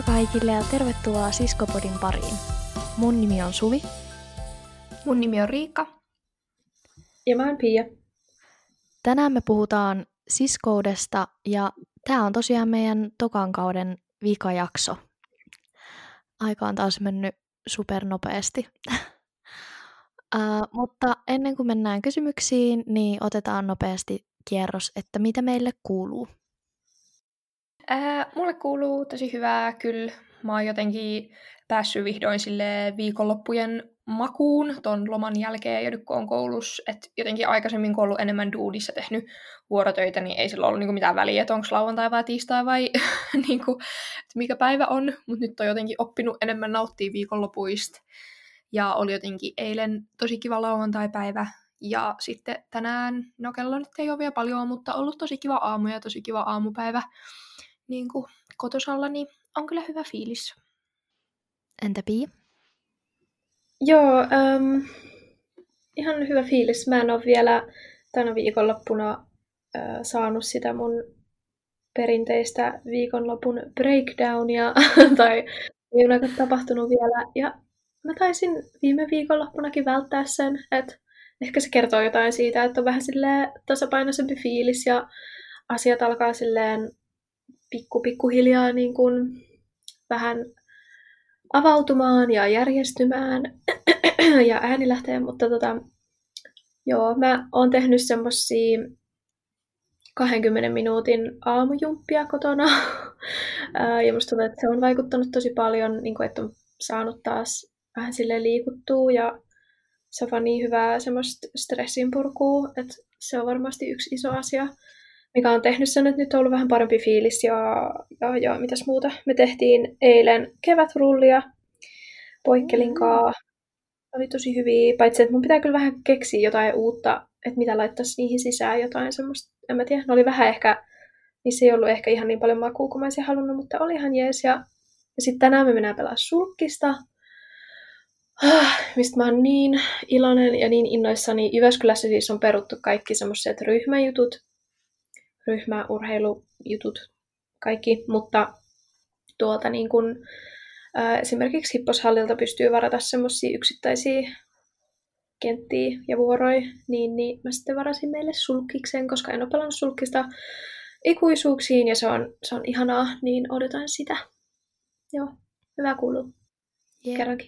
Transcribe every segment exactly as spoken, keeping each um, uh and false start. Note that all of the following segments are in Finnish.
kaikille ja tervetuloa Siskopodin pariin. Mun nimi on Suvi. Mun nimi on Riikka. Ja mä oon Pia. Tänään me puhutaan siskoudesta ja tää on tosiaan meidän tokan kauden vikajakso. Aika on taas mennyt supernopeasti. uh, mutta ennen kuin mennään kysymyksiin, niin otetaan nopeasti kierros, että mitä meille kuuluu. Ää, mulle kuuluu tosi hyvää, kyllä. Mä oon jotenkin päässyt vihdoin sille viikonloppujen makuun ton loman jälkeen, ja nyt kun on koulussa, että jotenkin aikaisemmin kun on ollut enemmän duudissa tehnyt vuorotöitä, niin ei sillä ollut niinku mitään väliä, että onko lauantai vai tiistai vai niinku, että mikä päivä on, mutta nyt on jotenkin oppinut enemmän nauttia viikonlopuista. Ja oli jotenkin eilen tosi kiva lauantai-päivä, ja sitten tänään, no kello nyt ei ole vielä paljon, mutta ollut tosi kiva aamu ja tosi kiva aamupäivä niin kuin kotosalla, niin on kyllä hyvä fiilis. Entä Pia? Joo, ähm, ihan hyvä fiilis. Mä en ole vielä tänä viikonloppuna äh, saanut sitä mun perinteistä viikonlopun breakdownia, tai ei ole tapahtunut vielä. Ja mä taisin viime viikonloppunakin välttää sen, että ehkä se kertoo jotain siitä, että on vähän silleen tasapainoisempi fiilis ja asiat alkaa silleen pikku pikkuhiljaa niin kuin vähän avautumaan ja järjestymään ja ääni lähtee, mutta tota, joo, mä oon tehnyt semmosia kahdenkymmenen minuutin aamujumppia kotona ja musta tuntuu, että se on vaikuttanut tosi paljon, niin kuin, että on saanut taas vähän silleen liikuttua ja se on vaan niin hyvää semmoista stressinpurkua, että se on varmasti yksi iso asia, mikä on tehnyt sen, että nyt on ollut vähän parempi fiilis ja, ja, ja mitäs muuta. Me tehtiin eilen kevätrullia Poikkelinkaa. Oli tosi hyviä, paitsi että mun pitää kyllä vähän keksiä jotain uutta, että mitä laittaisi niihin sisään, jotain semmoista, en mä tiedä, ne oli vähän ehkä, niissä ei ollut ehkä ihan niin paljon makua kuin mä olisin halunnut, mutta oli ihan jees. Ja, ja sitten tänään me mennään pelaamaan sulkkista, mistä mä oon niin iloinen ja niin innoissani. Jyväskylässä siis on peruttu kaikki semmoiset ryhmäjutut, ryhmäurheilujutut, kaikki, mutta tuolta niin kun, ää, esimerkiksi Hipposhallilta pystyy varata semmoisia yksittäisiä kenttiä ja vuoroja, niin, niin mä sitten varasin meille sulkkikseen, koska en ole pelannut sulkkista ikuisuuksiin ja se on, se on ihanaa, niin odotan sitä. Joo, hyvä kuuluu. Yeah. Kerrankin.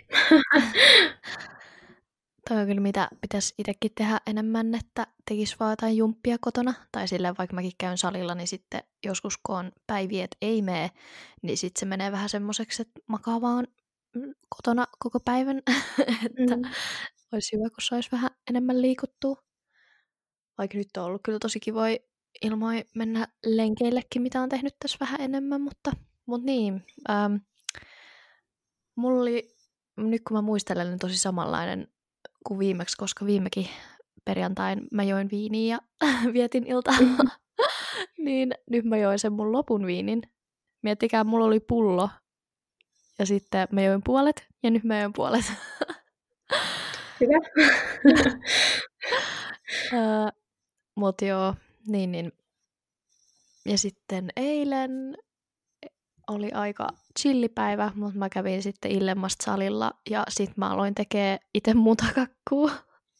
Toi on kyllä mitä pitäisi itsekin tehdä enemmän, että tekisi vaan jotain jumppia kotona. Tai silleen vaikka mäkin käyn salilla, niin sitten joskus kun on päiviä, että ei mene, niin sitten se menee vähän semmoiseksi, että makaa vaan kotona koko päivän. Että Mm. olisi hyvä, kun saisi vähän enemmän liikuttua. Vaikka nyt on ollut kyllä tosi kivoja ilmoja mennä lenkeillekin, mitä on tehnyt tässä vähän enemmän, mutta, mutta niin. Ähm, mulla oli, nyt kun mä muistelen, niin tosi samanlainen kuin viimeksi, koska viimekin perjantain mä join viiniä ja vietin iltaa. Niin nyt mä join sen mun lopun viinin. Miettikää, mulla oli pullo ja sitten mä join puolet ja nyt mä join puolet. Hyvä. uh, Mut joo, niin niin. Ja sitten eilen oli aika chillipäivä, mutta mä kävin sitten illemmasta salilla ja sit mä aloin tekee itse mutakakkuu.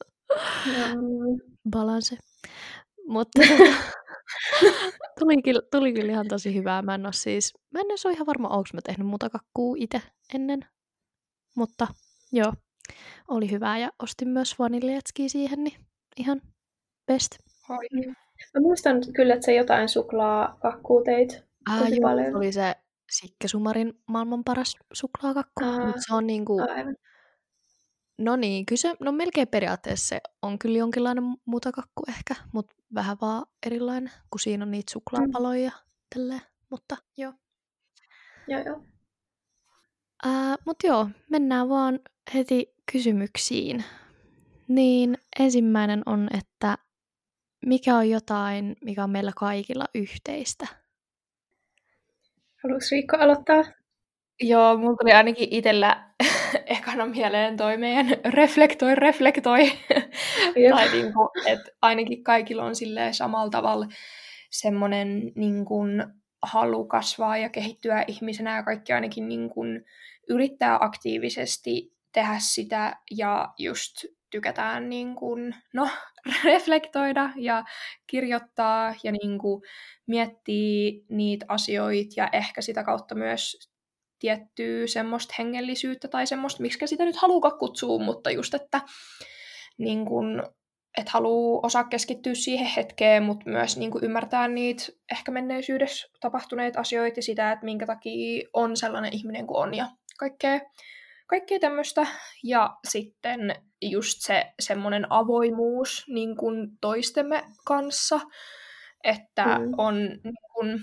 Balanse. Mutta tuli, kyllä, tuli kyllä ihan tosi hyvää. Mä en ole siis, mä en ole ihan varma, onko mä tehnyt mutakakkuu itse ennen. Mutta joo, oli hyvää ja ostin myös vaniljatskia siihen, niin ihan best. Hoi. Mä muistan kyllä, että se jotain suklaakakkuu teit Ää, tosi joo, paljon. se oli se Sikke Sumarin maailman paras suklaakakku. Aa, Mutta se on niinku, aivan. no niin, kyllä se, no melkein periaatteessa se on kyllä jonkinlainen mutakakku ehkä, mutta vähän vaan erilainen, kun siinä on niitä suklaapaloja ja tälleen, mutta joo. Joo, joo. Ää, mut joo, mennään vaan heti kysymyksiin. Niin ensimmäinen on, että mikä on jotain, mikä on meillä kaikilla yhteistä? Haluatko Riikka aloittaa? Joo, mulla tuli ainakin itsellä ekana mieleen toi meidän reflektoi, reflektoi. Tai niinku, että ainakin kaikilla on silleen samalla tavalla semmoinen niin kuin halu kasvaa ja kehittyä ihmisenä ja kaikki ainakin niin kuin yrittää aktiivisesti tehdä sitä ja just tykätään niin kuin, no, reflektoida ja kirjoittaa ja niin kuin miettiä niitä asioita ja ehkä sitä kautta myös tiettyä semmoista hengellisyyttä tai semmoista, miksi sitä nyt haluukaan kutsua, mutta just, että niin kun, et haluaa osaa keskittyä siihen hetkeen, mutta myös niin kun ymmärtää niitä ehkä menneisyydessä tapahtuneita asioita ja sitä, että minkä takia on sellainen ihminen kuin on ja kaikkea, kaikkea tämmöistä. Ja sitten just se semmoinen avoimuus niin kun toistemme kanssa, että mm. on niin kun,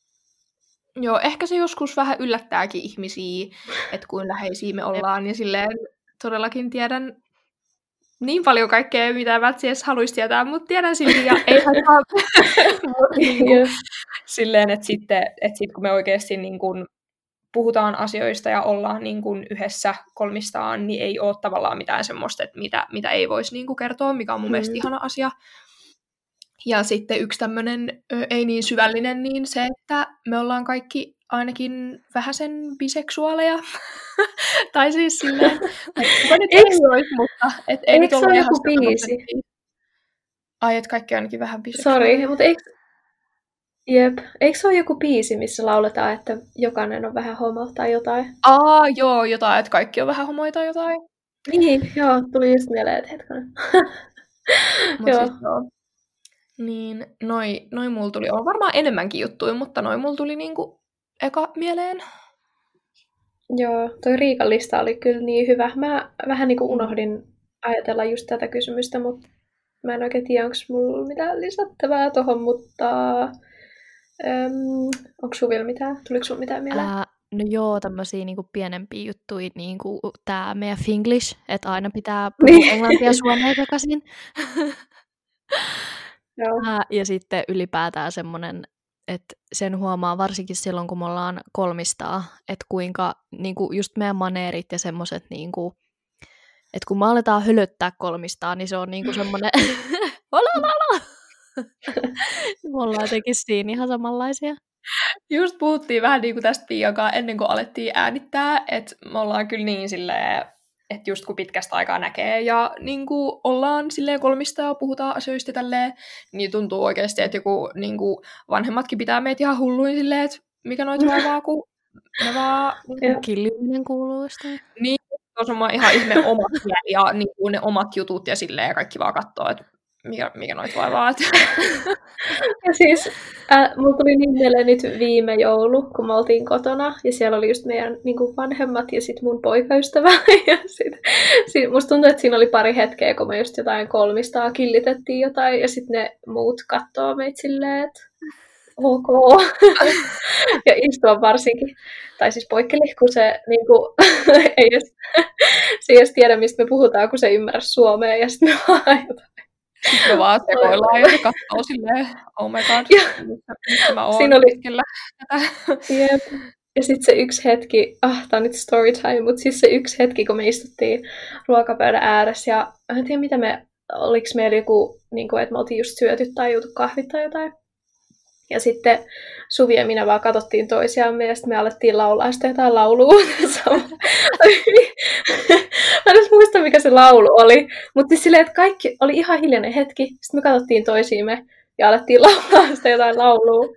joo, ehkä se joskus vähän yllättääkin ihmisiä, että kuin läheisiä me ollaan, ja silleen todellakin tiedän niin paljon kaikkea, mitä välttämättä edes haluaisi tietää, mutta tiedän silti, ja ei haittaa. niin silleen, että sitten, että sit kun me oikeasti niin kun puhutaan asioista ja ollaan niin kun yhdessä kolmistaan, niin ei ole tavallaan mitään semmoista, että mitä, mitä ei voisi niin kun kertoa, mikä on mun mm. mielestä ihana asia. Ja sitten yksi tämmöinen ei niin syvällinen, niin se, että me ollaan kaikki ainakin vähäsen biseksuaaleja. tai siis silleen, kuka nyt ei olisi, mutta et ei nyt ole joku biisi? Ai, että kaikki ainakin vähän biseksuaaleja. Sori, mutta eikö... Jep. Eikö se ole joku biisi, missä lauletaan, että jokainen on vähän homo tai jotain? Aa, joo, jotain, että kaikki on vähän homoja tai jotain. Niin, joo, tuli just mieleen, että hetkonen. joo. Siis, joo. Niin, noi, noi mulla tuli, on varmaan enemmänkin juttuja, mutta noi mulla tuli niinku eka mieleen. Joo, toi Riikan lista oli kyllä niin hyvä. Mä vähän niinku unohdin ajatella just tätä kysymystä, mutta mä en oikein tiedä, onko mulla mitään lisättävää tohon, mutta äm, onko sulla vielä mitään? Tuliko sulla mitään mieleen? Ää, no joo, tämmöisiä niinku pienempiä juttuja, niinku tää meidän Finglish, että aina pitää puhua niin. englantia suomea takaisin. Joo. Ja sitten ylipäätään semmoinen, että sen huomaa varsinkin silloin, kun me ollaan kolmistaa, että kuinka niinku just meidän maneerit ja semmoiset, niinku, että kun me aletaan hölöttää kolmistaa, niin se on niinku semmoinen olalala! Me ollaan jotenkin siinä ihan samanlaisia. Just puhuttiin vähän niinku tästä Piakaan ennen kuin alettiin äänittää, että me ollaan kyllä niin silleen, että just kun pitkästä aikaa näkee ja niin kuin ollaan silleen kolmista ja puhutaan asioista tälleen, niin tuntuu oikeasti, että joku niin kuin vanhemmatkin pitää meitä ihan hulluin silleen, että mikä noita vaivaa, kun ne vaan... Niin killiminen kuuluu jostain. Niin, se on ihan ihme omat ja niin kuin ne omat jutut ja silleen ja kaikki vaan katsoo, että mikä, mikä noita vaivaa. Ja siis äh, mulla tuli niin mieleen nyt viime joulu, kun me oltiin kotona, ja siellä oli just meidän niin kuin vanhemmat ja sitten mun poikaystävä. Ja sit, sit, musta tuntuu, että siinä oli pari hetkeä, kun me just jotain kolmistaa killitettiin jotain, ja sitten ne muut kattoo meitä silleen, että ok. Ja istua varsinkin. Tai siis poikkeli, kun se niin kuin, ei, edes, se ei edes tiedä, mistä me puhutaan, kun se ei ymmärrä suomea, ja sitten me vaan jotain. Sitten me vaan sekoillaan ja se katsoo silleen, oh my god, missä, missä mä oon keskellä tätä. Yep. Ja sitten se yksi hetki, ah, tää on nyt story time, mutta siis se yksi hetki, kun me istuttiin ruokapöydän ääressä, ja en tiedä mitä me, oliko meillä joku, niin kuin, että me oltiin just syöty tai juotu kahvit tai jotain. Ja sitten Suvi ja minä vaan katsottiin toisiamme ja sitten me alettiin laulaa sitä jotain laulua. Mä en edes muista, mikä se laulu oli. Mutta siis silleen, että kaikki oli ihan hiljainen hetki. Sitten me katsottiin toisiimme ja alettiin laulaa sitä jotain laulua.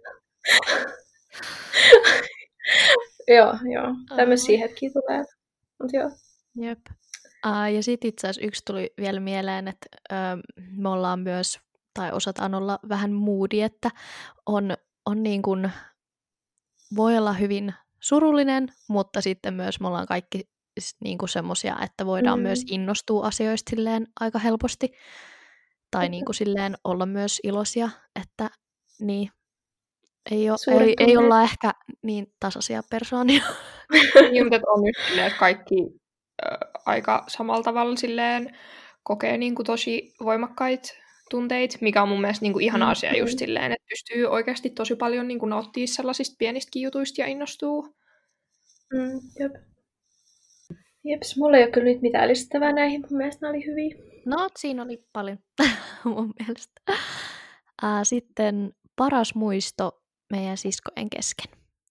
joo, joo. Tämmöisiä hetkiä tulee. Mut joo. Jep. Uh, ja sitten itse asiassa yksi tuli vielä mieleen, että uh, me ollaan myös tai osataan olla vähän moody, että on, on niin kuin, voi olla hyvin surullinen, mutta sitten myös me ollaan kaikki niin kuin semmoisia, että voidaan mm. myös innostua asioista silleen aika helposti, tai niin kuin silleen olla myös iloisia, että niin, ei, ole, ei, ei olla ehkä niin tasaisia persoonia. Niin, mutta on just silleen, että kaikki äh, aika samalla tavalla silleen kokee niin kuin tosi voimakkaita tunteita, mikä on mun mielestä niin kuin ihana mm. asia just silleen, että pystyy oikeasti tosi paljon niin kuin nauttia sellaisista pienistäkin jutuista ja innostuu. Mm, jep. Jeps, mulla ei ole kyllä nyt mitään lisättävää näihin, mun mielestä nämä oli hyviä. No, siinä oli paljon mun mielestä. Äh, sitten paras muisto meidän siskojen kesken.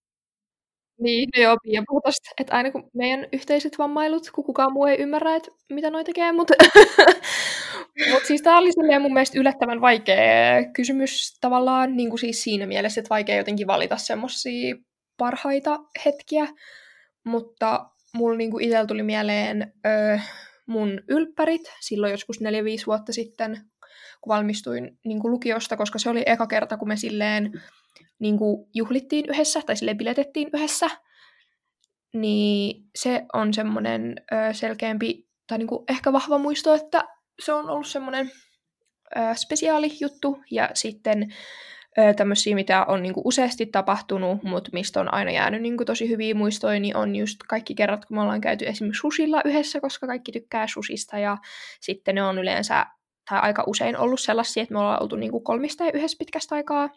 Niin, no joo, Pia puhui tosta, että aina kun meidän yhteiset vammailut, kun kukaan muu ei ymmärrä, että mitä noi tekee, mutta mut siis tää oli silleen mun mielestä yllättävän vaikea kysymys tavallaan, niin kuin siis siinä mielessä, että vaikea jotenkin valita semmosia parhaita hetkiä, mutta mulla niinku itsellä tuli mieleen öö, mun ylppärit silloin joskus neljä viisi vuotta sitten, kun valmistuin niinku lukiosta, koska se oli eka kerta, kun me silleen niinku juhlittiin yhdessä, tai silleen biletettiin yhdessä, niin se on semmoinen ö, selkeämpi, tai niinku ehkä vahva muisto, että se on ollut semmoinen ö, spesiaali juttu, ja sitten ö, tämmöisiä, mitä on niinku useasti tapahtunut, mutta mistä on aina jäänyt niinku tosi hyviä muistoja, niin on just kaikki kerrat, kun me ollaan käyty esimerkiksi susilla yhdessä, koska kaikki tykkää susista, ja sitten ne on yleensä, tai aika usein ollut sellaisia, että me ollaan oltu niinku kolmistaan yhdessä pitkästä aikaa.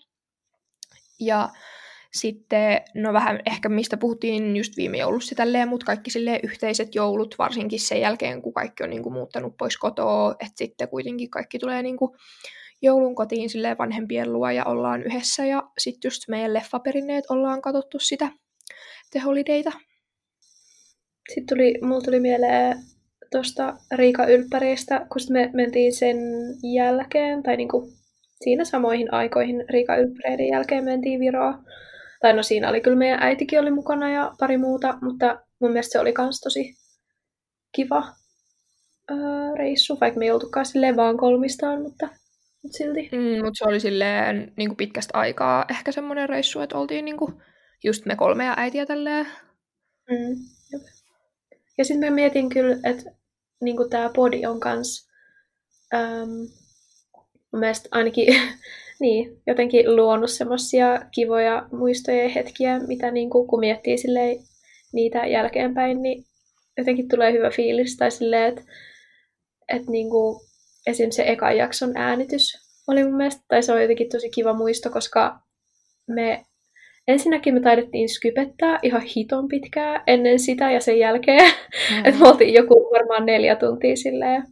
Ja sitten, no vähän ehkä mistä puhuttiin just viime joulussa tälleen, mutta kaikki silleen yhteiset joulut, varsinkin sen jälkeen, kun kaikki on niinku muuttanut pois kotoa, että sitten kuitenkin kaikki tulee niinku joulun kotiin silleen vanhempien luo ja ollaan yhdessä, ja sitten just meidän leffaperinneet ollaan katsottu sitä The Holidayta. Sitten tuli, mulla tuli mieleen tuosta Riika Ylppäristä, kun me mentiin sen jälkeen, tai niinku siinä samoihin aikoihin Riika Ylppäreiden jälkeen mentiin Viroon. Tai no siinä oli kyllä meidän äitikin oli mukana ja pari muuta, mutta mun mielestä se oli kans tosi kiva öö, reissu, vaikka me ei oltukaan silleen vaan kolmistaan, mutta, mutta silti. Mm, mutta se oli silleen niin kuin pitkästä aikaa ehkä semmoinen reissu, että oltiin niin kuin just me kolme ja äitiä tälleen. Mm, jop. Ja sitten mä mietin kyllä, että niin tämä podi on kans äm, mun mielestä ainakin niin, jotenkin luonut semmoisia kivoja muistoja ja hetkiä, mitä niin kuin, kun miettii silleen, niitä jälkeenpäin, niin jotenkin tulee hyvä fiilis. Tai silleen, että, että niin kuin, esim. Se ekan jakson äänitys oli mun mielestä, tai se on jotenkin tosi kiva muisto, koska me ensinnäkin me taidettiin skypettää ihan hiton pitkää ennen sitä ja sen jälkeen. Mm-hmm. Että me oltiin joku varmaan neljä tuntia silleen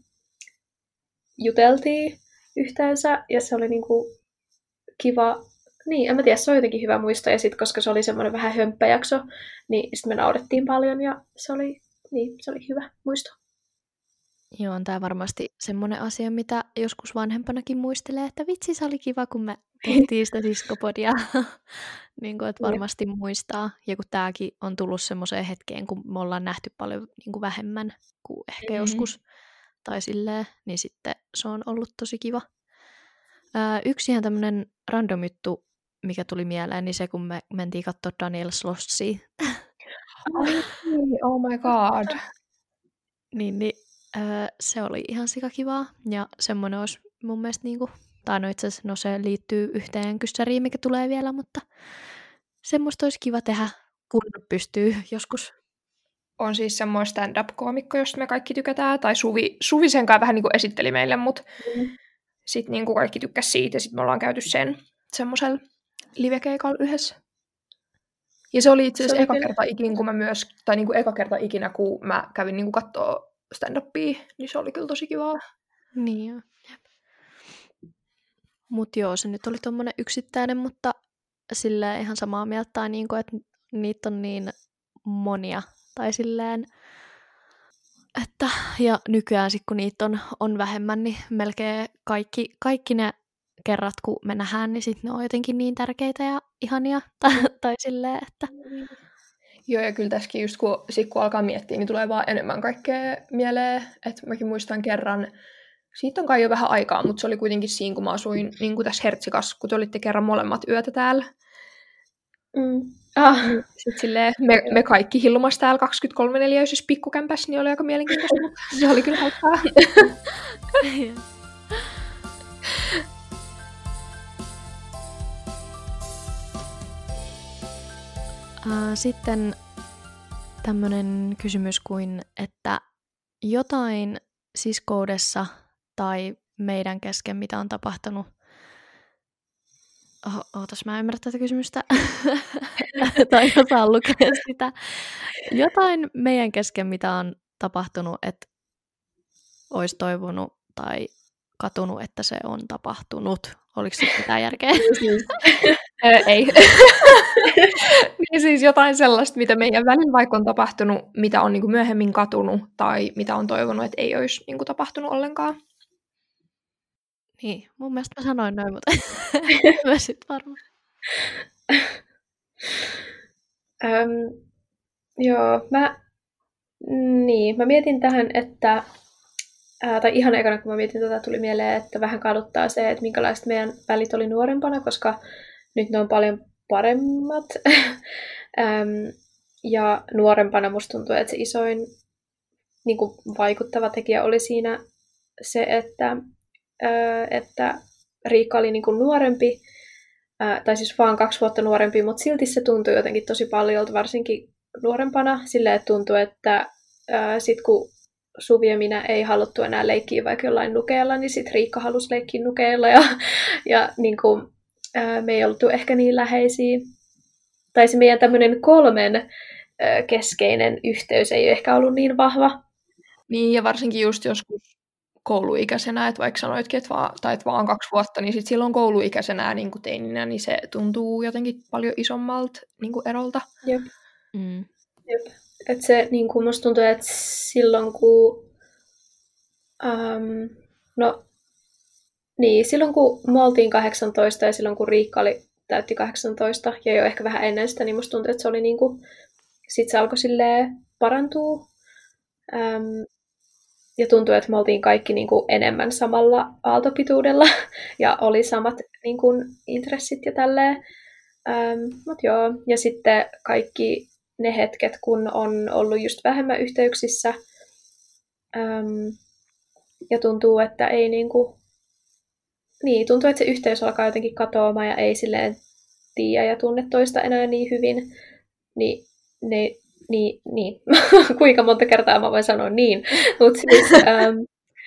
juteltiin yhteensä, ja se oli niinku kiva. Niin, en mä tiedä, se on jotenkin hyvä muisto, ja sitten koska se oli semmoinen vähän hömppäjakso, niin sitten me naurettiin paljon, ja se oli, niin, se oli hyvä muisto. Joo, on tää varmasti semmoinen asia, mitä joskus vanhempanakin muistelee, että vitsi, se oli kiva, kun me tehtiin sitä siskopodia. Niin kuin, että varmasti muistaa. Ja kun tääkin on tullut semmoiseen hetkeen, kun me ollaan nähty paljon niin kuin vähemmän kuin ehkä mm-hmm. joskus. Tai silleen, niin sitten se on ollut tosi kiva. Ää, yksi ihan tämmönen random juttu, mikä tuli mieleen, niin se, kun me mentiin katsoa Daniel Slossia. Oh my god. niin, niin ää, se oli ihan sikakivaa. Ja semmoinen olisi mun mielestä niinku, tai no itse asiassa, no se liittyy yhteen kyssäriin, mikä tulee vielä, mutta semmoista olisi kiva tehdä, kun pystyy joskus. On siis semmoinen stand-up-koomikko, josta me kaikki tykätään, tai Suvi, Suvi sen kai vähän niin kuin esitteli meille, mutta mm. sitten niin kuin kaikki tykkäsi siitä, ja sitten me ollaan käyty sen semmoisella live-keikalla yhdessä. Ja se oli itse asiassa eka kerta ikinä, kun mä myös, tai niin kuin eka kerta ikinä, kun mä kävin niin kuin kattoo stand-upia, niin se oli kyllä tosi kivaa. Niin joo. Mut joo, se nyt oli tommonen yksittäinen, mutta silleen ihan samaa mieltä, tai niinku, että niitä on niin monia. Tai silleen, että ja nykyään sit kun niitä on, on vähemmän, niin melkein kaikki, kaikki ne kerrat, kun me nähdään, niin sit ne on jotenkin niin tärkeitä ja ihania. Tai, tai silleen, että... Joo, ja kyllä tässäkin just kun, sit kun alkaa miettiä, niin tulee vaan enemmän kaikkea mieleen. Että mäkin muistan kerran, siitä on kai jo vähän aikaa, mutta se oli kuitenkin siinä, kun mä asuin niin kuin tässä Hertsikassa, kun te olitte kerran molemmat yötä täällä. Mm. Ah. Sitten silleen, me, me kaikki hilmas täällä kaksikymmentäkolme neliöisessä pikkukämpässä, niin oli aika mielenkiintoista, mutta se oli kyllä hauskaa. Sitten tämmöinen kysymys kuin, että jotain siskoudessa tai meidän kesken, mitä on tapahtunut. Oh, ootas, mä en ymmärrä tätä kysymystä. tai osaan lukea sitä. Jotain meidän kesken, mitä on tapahtunut, että olisi toivonut tai katunut, että se on tapahtunut. Oliko se mitään järkeä? Öö, ei. Niin siis jotain sellaista, mitä meidän välillä vaikka on tapahtunut, mitä on niinku myöhemmin katunut tai mitä on toivonut, että ei olisi niinku tapahtunut ollenkaan. Niin, mun mielestä mä sanoin noin, mutta mä sit varmaan. Öm, joo, mä, niin, mä mietin tähän, että, ää, tai ihan ekana kun mä mietin tätä, tuli mieleen, että vähän kaduttaa se, että minkälaiset meidän välit oli nuorempana, koska nyt ne on paljon paremmat. Öm, ja nuorempana musta tuntuu, että se isoin niin kuin vaikuttava tekijä oli siinä se, että, ää, että Riikka oli niin kuin nuorempi, ää, tai siis vaan kaksi vuotta nuorempi, mutta silti se tuntui jotenkin tosi paljolta, varsinkin nuorempana, silleen, että tuntui, että ää, sit kun Suvi ja minä ei haluttu enää leikkiä vaikka jollain nukeella, niin sit Riikka halusi leikkiä nukeella, ja, ja niin kuin, ää, me ei oltu ehkä niin läheisiä. Tai se meidän tämmöinen kolmen ää, keskeinen yhteys ei ehkä ollut niin vahva. Niin, ja varsinkin just joskus kouluikäisenä, että vaikka sanoitkin, että vaan, tai että vaan kaksi vuotta, niin sitten silloin kouluikäisenä niin kuin teininä, niin se tuntuu jotenkin paljon isommalta niin kuin erolta. Jep. Mm. Jep. Että se niin kuin musta tuntuu, että silloin kun um, no niin, silloin kun me oltiin kahdeksantoista ja silloin kun Riikka oli, täytti kahdeksantoista ja jo ehkä vähän ennen sitä, niin musta tuntuu, että se oli niin kuin, sit se alkoi silleen parantua. Um, ja tuntui, että me oltiin kaikki niin kuin enemmän samalla aaltopituudella ja oli samat niin kuin intressit ja tälleen. Um, mut joo, ja sitten kaikki ne hetket, kun on ollut just vähemmän yhteyksissä um, ja tuntuu, että ei niinku, niin, tuntuu, että se yhteys alkaa jotenkin katoamaan ja ei silleen tiedä ja tunne toista enää niin hyvin, niin, ne, niin, niin. kuinka monta kertaa mä voin sanoa niin, mutta siis um,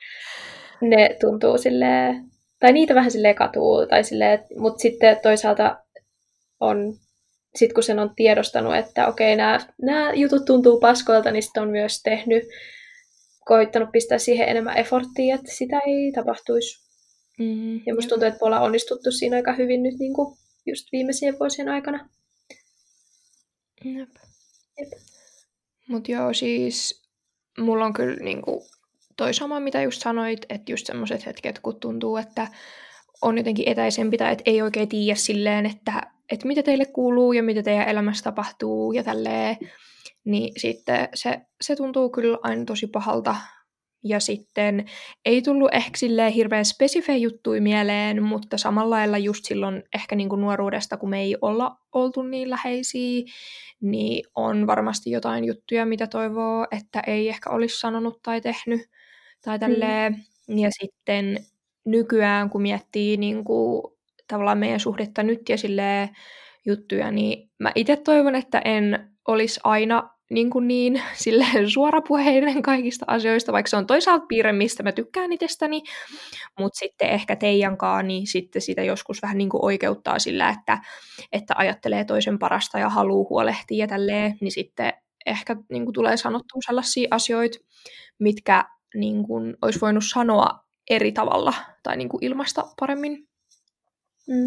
ne tuntuu silleen, tai niitä vähän silleen katuu, tai silleen, mutta sitten toisaalta on, sit kun sen on tiedostanut, että okei, nämä jutut tuntuu paskoilta, niin sitten on myös tehnyt, koittanut pistää siihen enemmän efforttia, että sitä ei tapahtuisi. Mm, ja musta tuntuu, että me ollaan onnistuttu siinä aika hyvin nyt niin kuin just viimeisien vuosien aikana. Jep. Jep. Mut joo, siis mulla on kyllä niinku toi sama, mitä just sanoit, että just semmoiset hetket, kun tuntuu, että on jotenkin etäisempi tai että ei oikein tiedä silleen, että, että mitä teille kuuluu ja mitä teidän elämässä tapahtuu ja tälleen, niin sitten se, se tuntuu kyllä aina tosi pahalta. Ja sitten ei tullut ehkä silleen hirveän spesifejä juttuja mieleen, mutta samalla lailla just silloin ehkä niin kuin nuoruudesta, kun me ei olla oltu niin läheisiä, niin on varmasti jotain juttuja, mitä toivoo, että ei ehkä olisi sanonut tai tehnyt tai tälleen. Mm. Ja sitten nykyään, kun miettii niin kuin, tavallaan meidän suhdetta nyt ja silleen juttuja, niin mä itse toivon, että en olisi aina niin, kuin niin silleen suorapuheinen kaikista asioista, vaikka se on toisaalta piirre, mistä mä tykkään itsestäni, mutta sitten ehkä teidänkaan, niin sitten sitä joskus vähän niin kuin oikeuttaa sillä, että, että ajattelee toisen parasta ja haluaa huolehtia ja tälleen, niin sitten ehkä niin kuin tulee sanottua sellaisia asioita, mitkä niin kuin olisi voinut sanoa eri tavalla tai niin kuin ilmaista paremmin. Mm.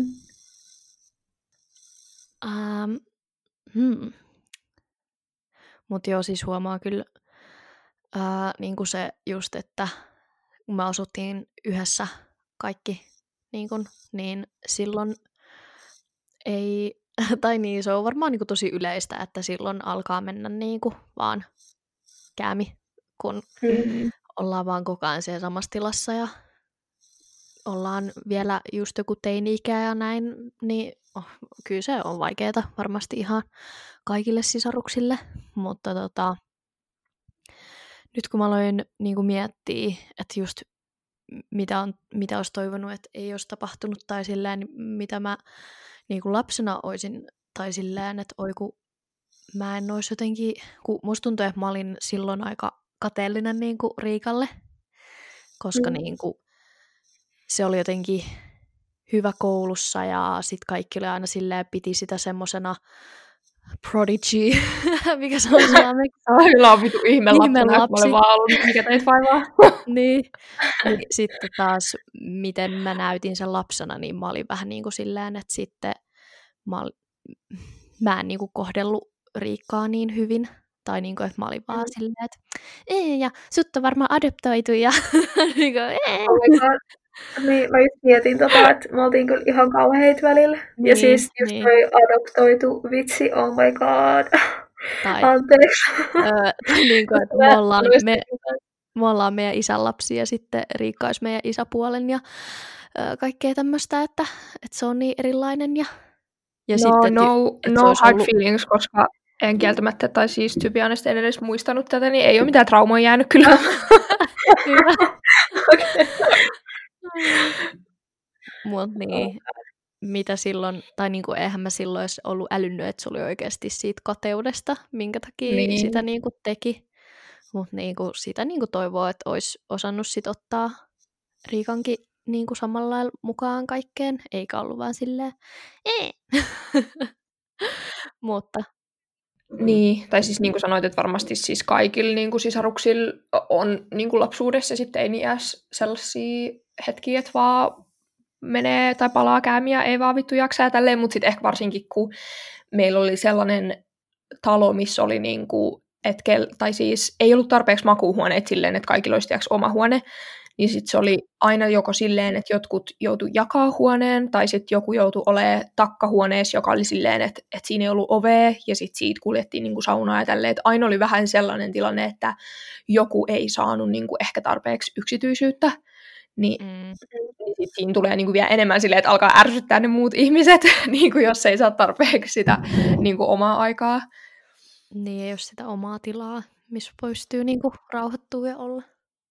Um, hmm. Mutta joo, siis huomaa kyllä ää, niinku se just, että kun me asuttiin yhdessä kaikki, niin, kun, niin silloin ei, tai niin, se on varmaan niinku tosi yleistä, että silloin alkaa mennä niinku vaan käämi, kun Mm-hmm. ollaan vaan koko ajan siellä samassa tilassa ja ollaan vielä just joku teini-ikä ja näin, niin oh, kyllä se on vaikeaa varmasti ihan kaikille sisaruksille, mutta tota, nyt kun mä aloin niin kuin miettiä, että just mitä, on, mitä olisi toivonut, että ei olisi tapahtunut tai silleen, mitä mä niin kuin lapsena olisin, tai silleen, että oi kun mä en olisi jotenkin, kun musta tuntuu, että mä olin silloin aika kateellinen niin kuin Riikalle, koska mm. niin kuin, se oli jotenkin hyvä koulussa ja sit kaikki oli aina silleen, piti sitä semmosena prodigy, mikä se on suomeksi. Kyllä on vitu ihmelapsena, että mä olen vaan ollut, mikä teit vaivaa. Niin. niin. Sitten taas, miten mä näytin sen lapsena, niin mä olin vähän niin kuin silleen, että sitten mä, ol, mä en niinku kohdellut Riikkaa niin hyvin. Tai niinku, että mä olin vaan mm. silleen, että ee, ja sut on varmaan adoptoitu ja niinku, ee. Oh my god. Niin, mä just mietin tota, että me oltiin kyllä ihan kauheita välillä. Niin, ja siis just niin. Toi adoptoitu vitsi, oh my god. Tai, anteeksi. Öö, niin kuin, että me ollaan, me, me ollaan meidän isän lapsia ja sitten Riikka olisi meidän isäpuolen ja öö, kaikkea tämmöistä, että, että se on niin erilainen. Ja, ja no, sitten, no, että no hard ollut... feelings, koska en kieltämättä, tai siis to be honest, en edes muistanut tätä, niin ei ole mitään traumaa jäänyt kyllä. Hyvä. Okay. Mut niin, mitä silloin, tai niinku eihän mä silloin edes ollut älynnyt, että se oli oikeasti siitä kateudesta, minkä takia niin. sitä niinku teki. Mutta niinku sitä niinku toivoo, että olisi osannut sit ottaa Riikankin niinku samalla lailla mukaan kaikkeen, eikä ollut vaan silleen, ee. Mutta... Niin, tai siis niin kuin sanoit, että varmasti siis kaikilla niin kuin sisaruksilla on niin kuin lapsuudessa sitten ei niin edes sellaisia hetkiä, että vaan menee tai palaa käämiä, ei vaan vittu jaksaa ja tälleen, mutta sitten ehkä varsinkin, kun meillä oli sellainen talo, missä oli niin kuin, et kel, tai siis ei ollut tarpeeksi makuuhuoneet silleen, että kaikilla olisi tiiäks oma huone, niin sitten se oli aina joko silleen, että jotkut joutu jakaa huoneen, tai sitten joku joutui olemaan takkahuoneessa, joka oli silleen, että, että siinä ei ollut ovea, ja sitten siitä kuljettiin niin kuin saunaa ja tälleen, että aina oli vähän sellainen tilanne, että joku ei saanut niin kuin ehkä tarpeeksi yksityisyyttä, niin, mm. niin sit siinä tulee niin kuin vielä enemmän silleen, että alkaa ärsyttää ne muut ihmiset, niin kuin jos ei saa tarpeeksi sitä niin kuin omaa aikaa. Niin, ei ole sitä omaa tilaa, missä pystyy niin kuin rauhoittua ja olla.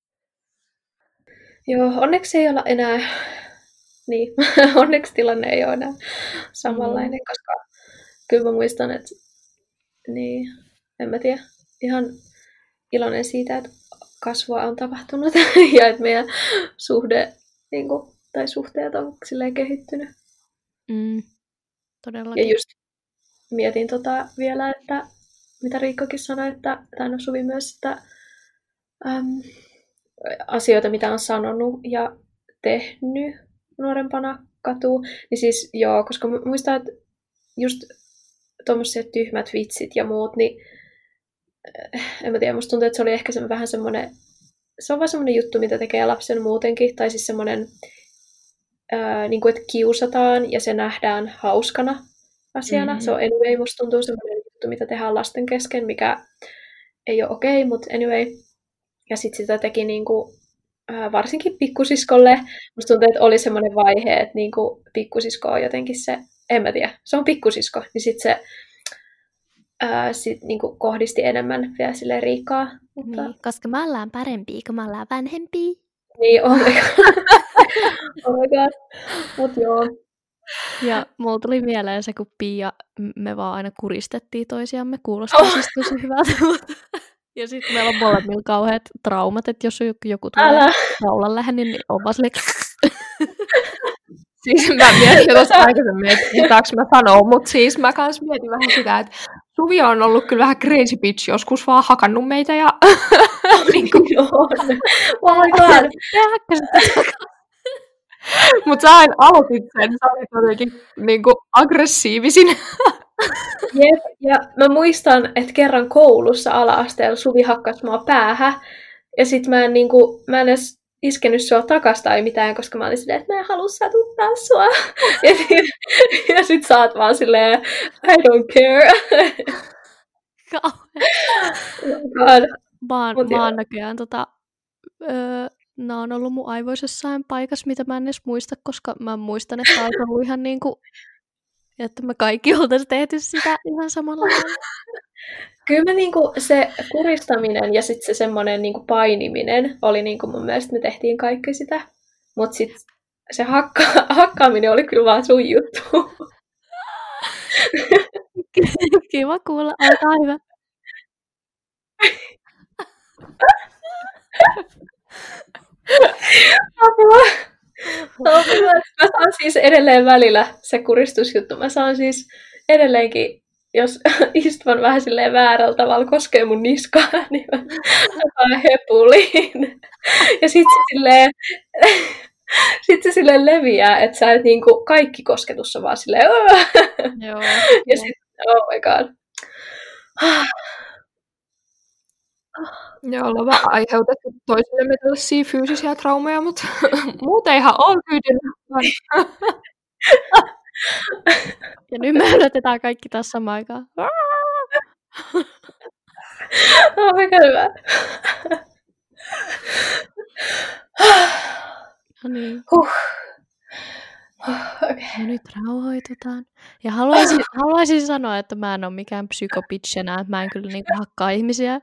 Joo, onneksi ei olla enää, niin, onneksi tilanne ei ole enää samanlainen, mm. koska kyllä mä muistan, että niin, en mä tiedä, ihan iloinen siitä, että kasvua on tapahtunut ja että meidän suhde, niin kuin, tai suhteet on silleen kehittynyt. Mm, todellakin. Ja just mietin tota vielä, että mitä Riikkakin sanoi, että, tai no Suvi myös, että äm, asioita, mitä on sanonut ja tehnyt nuorempana katuu, niin siis joo, koska muistan, että just tuommoiset tyhmät vitsit ja muut, niin en mä tiedä, musta tuntuu, että se oli ehkä se, vähän semmoinen, se on vaan semmoinen juttu, mitä tekee lapsen muutenkin, tai siis semmoinen, ää, niin kuin, että kiusataan ja se nähdään hauskana asiana. Mm-hmm. Se on anyway, musta tuntuu semmoinen juttu, mitä tehdään lasten kesken, mikä ei ole okei, okay, mutta anyway. Ja sitten sitä teki niin kuin, ää, varsinkin pikkusiskolle. Musta tuntuu, että oli semmoinen vaihe, että niin kuin pikkusisko on jotenkin se, en mä tiedä, se on pikkusisko, niin sitten se ää, sit, niin kuin kohdisti enemmän vielä silleen Riikkaa. Mutta... Niin, koska me ollaan parempia, kun me ollaan vanhempia. Niin, oh my god. oh my god. Mut joo. Ja mulla tuli mieleen se, kun Pia, me vaan aina kuristettiin toisiamme, kuulostaa oh. siis tosi hyvältä. Ja sitten meillä on molemmilla kauheat traumat, että jos joku tulee naulan lähelle, niin on vaan silleen... Siis mä mietin jo tuossa aikaisemmin, että pitääkö mä sanoa, mutta siis mä kans mietin vähän sitä, että Suvi on ollut kyllä vähän crazy bitch joskus vaan hakannut meitä ja... niin kuin... oh my god! Mutta sä aina aloitit sen, sä olit jotenkin niinku aggressiivisin. Jep, ja mä muistan, että kerran koulussa ala-asteella Suvi hakkasi mua päähän, ja sit mä en, niinku, mä en edes iskenyt sua takas tai mitään, koska mä olin silleen, että mä en halua satuttaa sua. Ja sit, ja sit sä oot vaan silleen, I don't care. oh God. Mä oon, mä oon näköjään tota... Öö, Nämä on ollut mun aivoissa jossain paikassa, mitä mä en edes muista, koska mä muistan, että tämä on ollut ihan niin kuin, että me kaikki oltaisiin tehty sitä ihan samalla lailla. Kyllä me niinku se kuristaminen ja sitten se semmoinen niinku painiminen oli niinku mun mielestä, me tehtiin kaikki sitä. Mutta sitten se hakka- hakkaaminen oli kyllä vaan sun juttu. Kiva kuulla, olkaa hyvä. Apua. Apua. Mä saan siis edelleen välillä se kuristusjuttu. Mä saan siis edelleenkin, jos istun vähän silleen väärällä tavalla, koskee mun niskaa, niin mä saan hepuliin. Ja sit se silleen, sitten se silleen leviää, että sä et niinku kaikki kosketus on vaan silleen Joo. ja sitten, oh my god. Joo, ollaan vaan aiheutettu toisillemme tällaisia fyysisiä traumeja, mutta muuten ihan all good. Ja nyt me odotetaan kaikki taas samaan aikaan. Oh my god, hyvä. No niin. Huh. Okay. No nyt rauhoitutaan. Ja haluaisin, haluaisin sanoa, että mä en ole mikään psykopitch enää. Mä en kyllä niinku hakkaa ihmisiä.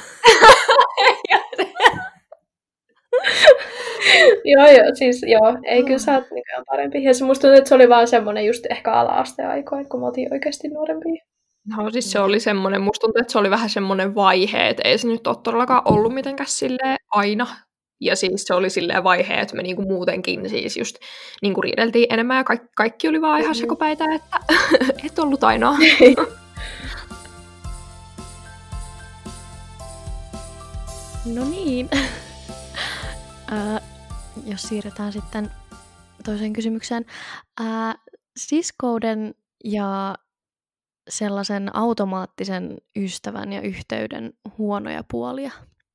Joo, joo, siis joo, ei kyllä sä oot mikään parempi. Ja se musta tuntuu, että se oli vaan semmoinen just ehkä ala-asteaikoina, kun me oltiin oikeasti nuorempia. No siis se oli semmoinen, musta tuntuu, että se oli vähän semmoinen vaihe, että ei se nyt ole todellakaan ollut mitenkään silleen aina. Ja siis se oli silleen vaihe, että me niinku muutenkin siis just niinku riideltiin enemmän ja kaikki, kaikki oli vaan ihan Mhm. sekopäitä, että et ollut ainoa. No niin. Ää, jos siirretään sitten toiseen kysymykseen. Ää, siskouden ja sellaisen automaattisen ystävän ja yhteyden huonoja puolia.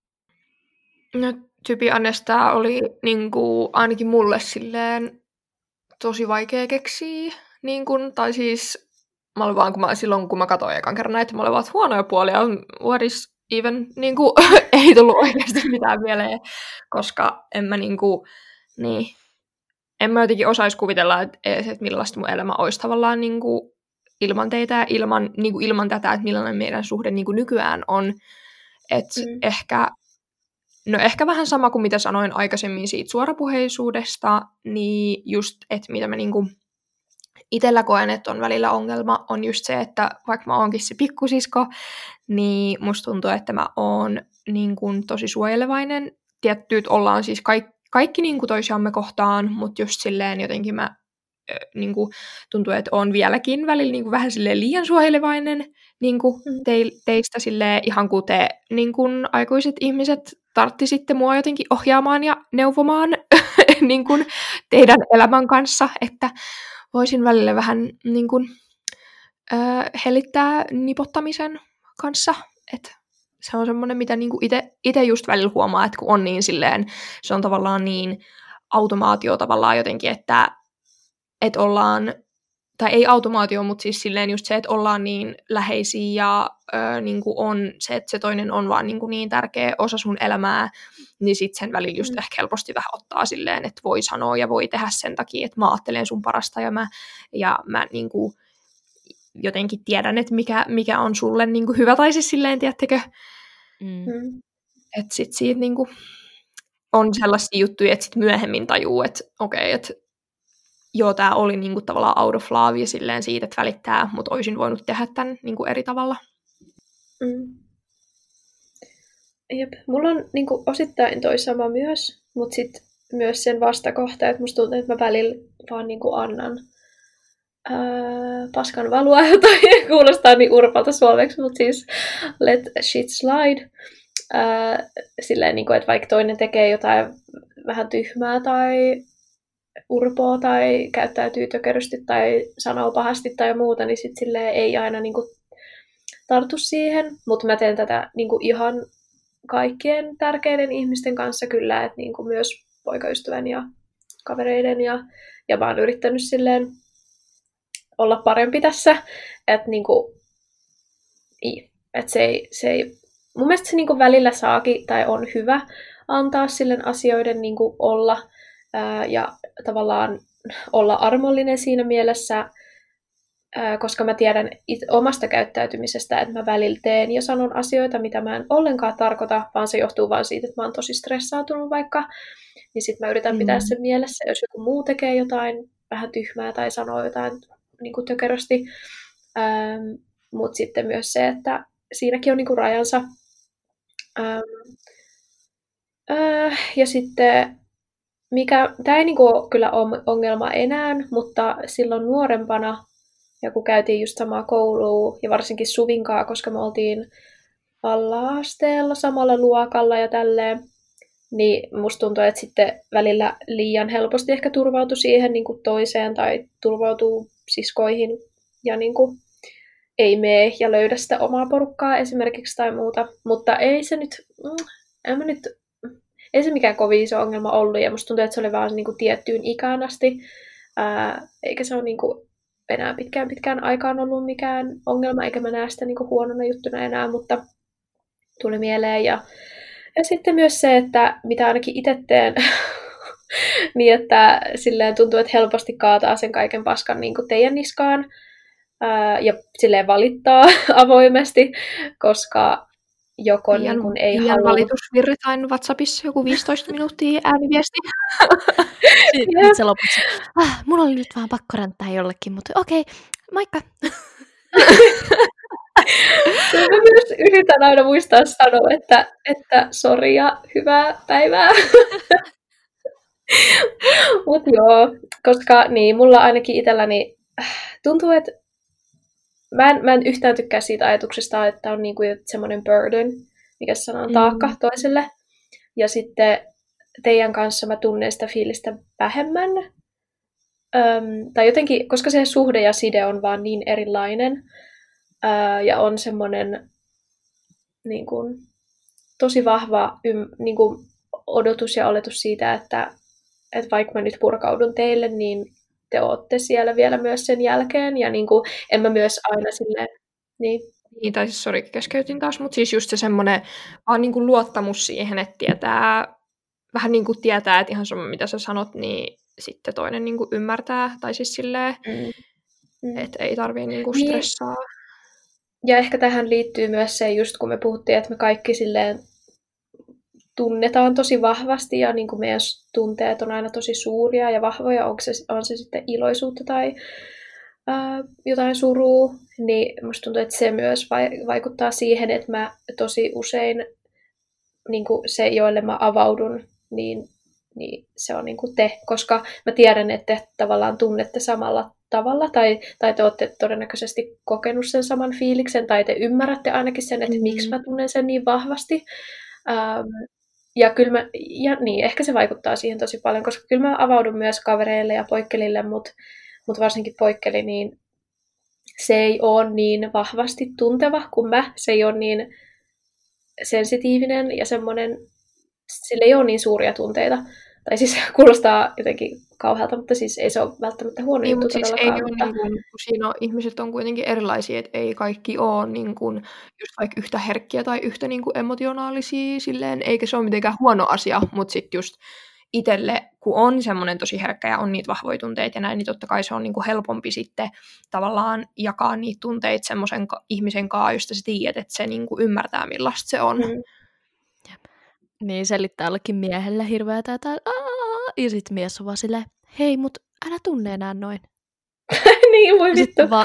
No to be honest, tää oli niinku, ainakin mulle silleen tosi vaikea keksiä. Niin kun, tai siis mä olin vaan, kun mä, silloin kun mä katsoin ekan kerran näitä, mä olin vaan, että huonoja puolia, what is even, niinku, ei tullut oikeasti mitään mieleen, koska en mä niinku, niin, en mä jotenkin osaisi kuvitella, että, että millaista mun elämä olisi tavallaan niinku, ilman teitä ja ilman, niinku, ilman tätä, että millainen meidän suhde niinku, nykyään on. Että Mm. ehkä, no ehkä vähän sama kuin mitä sanoin aikaisemmin siitä suorapuheisuudesta, niin just, että mitä mä niinku, itsellä koen, että on välillä ongelma, on just se, että vaikka mä oonkin se pikkusisko, niin musta tuntuu, että mä oon niin kuin tosi suojelevainen. Tiettyt ollaan siis kaikki, kaikki niin kuin toisiamme kohtaan, mutta just silleen jotenkin mä niin kuin, tuntuu, että on vieläkin välillä niin kuin vähän silleen liian suojelevainen niin kuin te, teistä silleen, ihan kuin te niin kuin aikuiset ihmiset tarttisitte mua jotenkin ohjaamaan ja neuvomaan niin kuin teidän elämän kanssa, että voisin välillä vähän niin kuin, äh, hellittää nipottamisen kanssa, että se on semmoinen, mitä niin kuin itse just välillä huomaa, että kun on niin silleen, se on tavallaan niin automaatio tavallaan jotenkin, että, että ollaan, tai ei automaatio, mutta siis silleen just se, että ollaan niin läheisiä ja äh, niin kuin on se, että se toinen on vaan niin, kuin niin tärkeä osa sun elämää, niin sitten sen välillä just mm. ehkä helposti vähän ottaa silleen, että voi sanoa ja voi tehdä sen takia, että mä ajattelen sun parasta ja mä, ja mä niin kuin jotenkin tiedän, että mikä, mikä on sulle niin kuin hyvä, tai siis silleen, tiedättekö, Mm. että sit siitä niin kuin on sellaisia juttuja, että sit myöhemmin tajuu, että okei, okay, että joo, tää oli niin kuin tavallaan out of love ja silleen siitä, että välittää, mutta olisin voinut tehdä tämän niin kuin eri tavalla. Mm. Jep. Mulla on niin kuin, osittain toi sama myös, mutta sitten myös sen vastakohta, että musta tuntuu, että mä välillä vaan niin kuin annan ää, paskan valua, tai kuulostaa niin urpalta suomeksi, mutta siis let shit slide. Ää, silleen, niin kuin, että vaikka toinen tekee jotain vähän tyhmää tai urpoa tai käyttäytyy tökerösti tai sanoo pahasti tai muuta, niin sit silleen ei aina niin kuin, tartu siihen, mutta mä teen tätä niin kuin, ihan kaikkien tärkeiden ihmisten kanssa kyllä, että niin kuin myös poikaystävän ja kavereiden ja, ja mä oon yrittänyt silleen olla parempi tässä, että niin kuin, että se ei, se ei, mun mielestä se niin kuin välillä saakin tai on hyvä antaa silleen asioiden niin kuin olla ää, ja tavallaan olla armollinen siinä mielessä, koska mä tiedän it- omasta käyttäytymisestä, että mä välillä teen ja sanon asioita, mitä mä en ollenkaan tarkoita, vaan se johtuu vaan siitä, että mä oon tosi stressaantunut vaikka, niin sit mä yritän pitää Mm. sen mielessä, jos joku muu tekee jotain vähän tyhmää tai sanoo jotain niin kuin tökerösti, ähm, mutta sitten myös se, että siinäkin on niin kuin rajansa. Ähm, äh, ja sitten, mikä, tämä ei niin kuin ole kyllä ongelma enää, mutta silloin nuorempana, ja kun käytiin just samaa koulua, ja varsinkin Suvinkaa, koska me oltiin ala-asteella samalla luokalla ja tälleen, niin musta tuntuu, että sitten välillä liian helposti ehkä turvautui siihen niin kuin toiseen tai turvautuu siskoihin ja niin kuin ei mene ja löydä sitä omaa porukkaa esimerkiksi tai muuta. Mutta ei se nyt, en mä nyt, ei se mikään kovin iso ongelma ollut ja musta tuntuu, että se oli vaan niin kuin tiettyyn ikään asti, ää, eikä se ole niin kuin enää pitkään pitkään aikaan ollut mikään ongelma, eikä mä näe sitä niin kuin huonona juttuna enää, mutta tuli mieleen. Ja, ja sitten myös se, että mitä ainakin itse teen, niin että silleen tuntuu, että helposti kaataa sen kaiken paskan niin kuin teidän niskaan ää, ja silleen valittaa avoimesti, koska joko Liian, niin kuin ei liian halua... valitusvirretain WhatsAppissa joku viisitoista minuuttia ääniviesti. Sitten se lopuksi. Ah, mulla oli nyt vaan pakko ränttää jollekin, mutta okei, moikka. Mä myös yritän aina muistaa sanoa, että, että sori ja hyvää päivää. Mut joo, koska niin, mulla ainakin itselläni tuntuu, että mä en, mä en yhtään tykkää siitä ajatuksesta, että on niinku semmoinen burden, mikä sana on taakka mm. toiselle. Ja sitten teidän kanssa mä tunnen sitä fiilistä vähemmän. Öm, tai jotenkin, koska se suhde ja side on vaan niin erilainen. Ää, ja on semmoinen niin kuin, tosi vahva ym, niin kuin, odotus ja oletus siitä, että, että vaikka mä nyt purkaudun teille, niin te ootte siellä vielä myös sen jälkeen. Ja niin kuin, en mä myös aina silleen... Niin. Niin, tai siis sori, keskeytin taas, mutta siis just se semmoinen vaan niin kuin luottamus siihen, että tietää, vähän niin kuin tietää, että ihan sama mitä sä sanot, niin sitten toinen niin kuin ymmärtää, tai siis silleen, mm. Mm. että ei tarvitse niin kuin stressaa. Ja ehkä tähän liittyy myös se, just kun me puhuttiin, että me kaikki silleen tunnetaan tosi vahvasti ja niin kuin meidän tunteet on aina tosi suuria ja vahvoja, onko se, on se sitten iloisuutta tai ää, jotain surua, niin musta tuntuu, että se myös vaikuttaa siihen, että mä tosi usein niin kuin se, joille mä avaudun, niin, niin se on niin kuin te, koska mä tiedän, että te tavallaan tunnette samalla tavalla, tai, tai te olette todennäköisesti kokenut sen saman fiiliksen, tai te ymmärrätte ainakin sen, että mm. miksi mä tunnen sen niin vahvasti. Ähm, ja kyllä mä, ja niin, ehkä se vaikuttaa siihen tosi paljon, koska kyllä mä avaudun myös kavereille ja poikkelille, mutta mut varsinkin poikkeli, niin se ei ole niin vahvasti tunteva kuin mä. Se ei ole niin sensitiivinen ja semmoinen, sillä ei ole niin suuria tunteita. Tai siis kuulostaa jotenkin kauhealta, mutta siis ei se ole välttämättä huono niin, juttu mutta siis ei todellakaan. Mutta... Niin kuin, siinä on, ihmiset on kuitenkin erilaisia, että ei kaikki ole niin kuin, just vaikka yhtä herkkiä tai yhtä niin kuin emotionaalisia, silleen, eikä se ole mitenkään huono asia, mutta sitten just itselle, kun on semmoinen tosi herkkä ja on niitä vahvoja tunteita ja näin, niin totta kai se on niin kuin helpompi sitten tavallaan jakaa niitä tunteita semmoisen ihmisen kanssa, josta sä tiedät, että se niin kuin ymmärtää, millaista se on. Mm. Niin selittää jollekin miehelle hirveätä, että ja sitten mies on vaan silleen, hei, mut älä tunne enää noin. Niin, voi vittu. Va-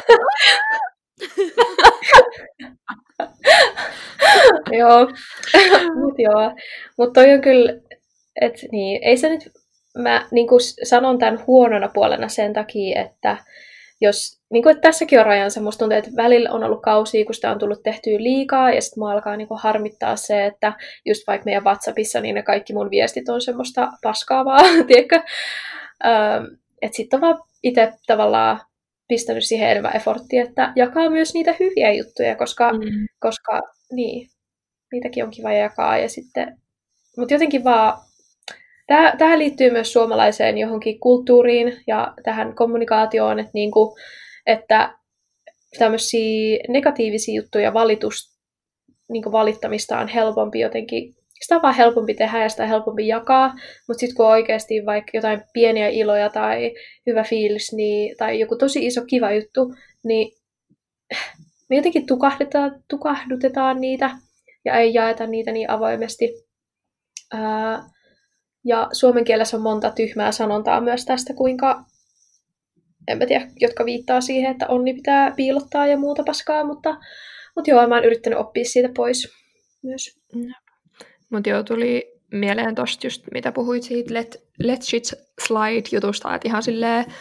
joo, mut joo. Mut toi on kyllä, että niin, ei se nyt, mä niin kuin sanon tämän huonona puolena sen takia, että jos, niin kuin, että tässäkin on rajansa, musta tuntuu, että välillä on ollut kausia, kun sitä on tullut tehtyä liikaa, ja sitten mua alkaa niin kuin harmittaa se, että just vaikka meidän WhatsAppissa, niin ne kaikki mun viestit on semmoista paskaavaa, tiedätkö? Ähm, että sitten on vaan itse tavallaan pistänyt siihen enemmän efforttia, että jakaa myös niitä hyviä juttuja, koska, mm. koska niin, niitäkin on kiva jakaa, ja sitten, mutta jotenkin vaan, tähän liittyy myös suomalaiseen johonkin kulttuuriin ja tähän kommunikaatioon, että, niinku, että tämmöisiä negatiivisia juttuja valitus, niinku valittamista on helpompi jotenkin, sitä on vaan helpompi tehdä ja sitä on helpompi jakaa, mutta sitten kun on oikeasti vaikka jotain pieniä iloja tai hyvä fiilis niin, tai joku tosi iso kiva juttu, niin me jotenkin tukahdutetaan, tukahdutetaan niitä ja ei jaeta niitä niin avoimesti. Ää, Ja suomen kielessä on monta tyhmää sanontaa myös tästä, kuinka, en mä tiedä, jotka viittaa siihen, että onni pitää piilottaa ja muuta paskaa, mutta, mutta joo, mä oon yrittänyt oppia siitä pois myös. No. Mutta joo, tuli mieleen tosta just, mitä puhuit siitä Let, let Shit Slide-jutusta, että ihan silleen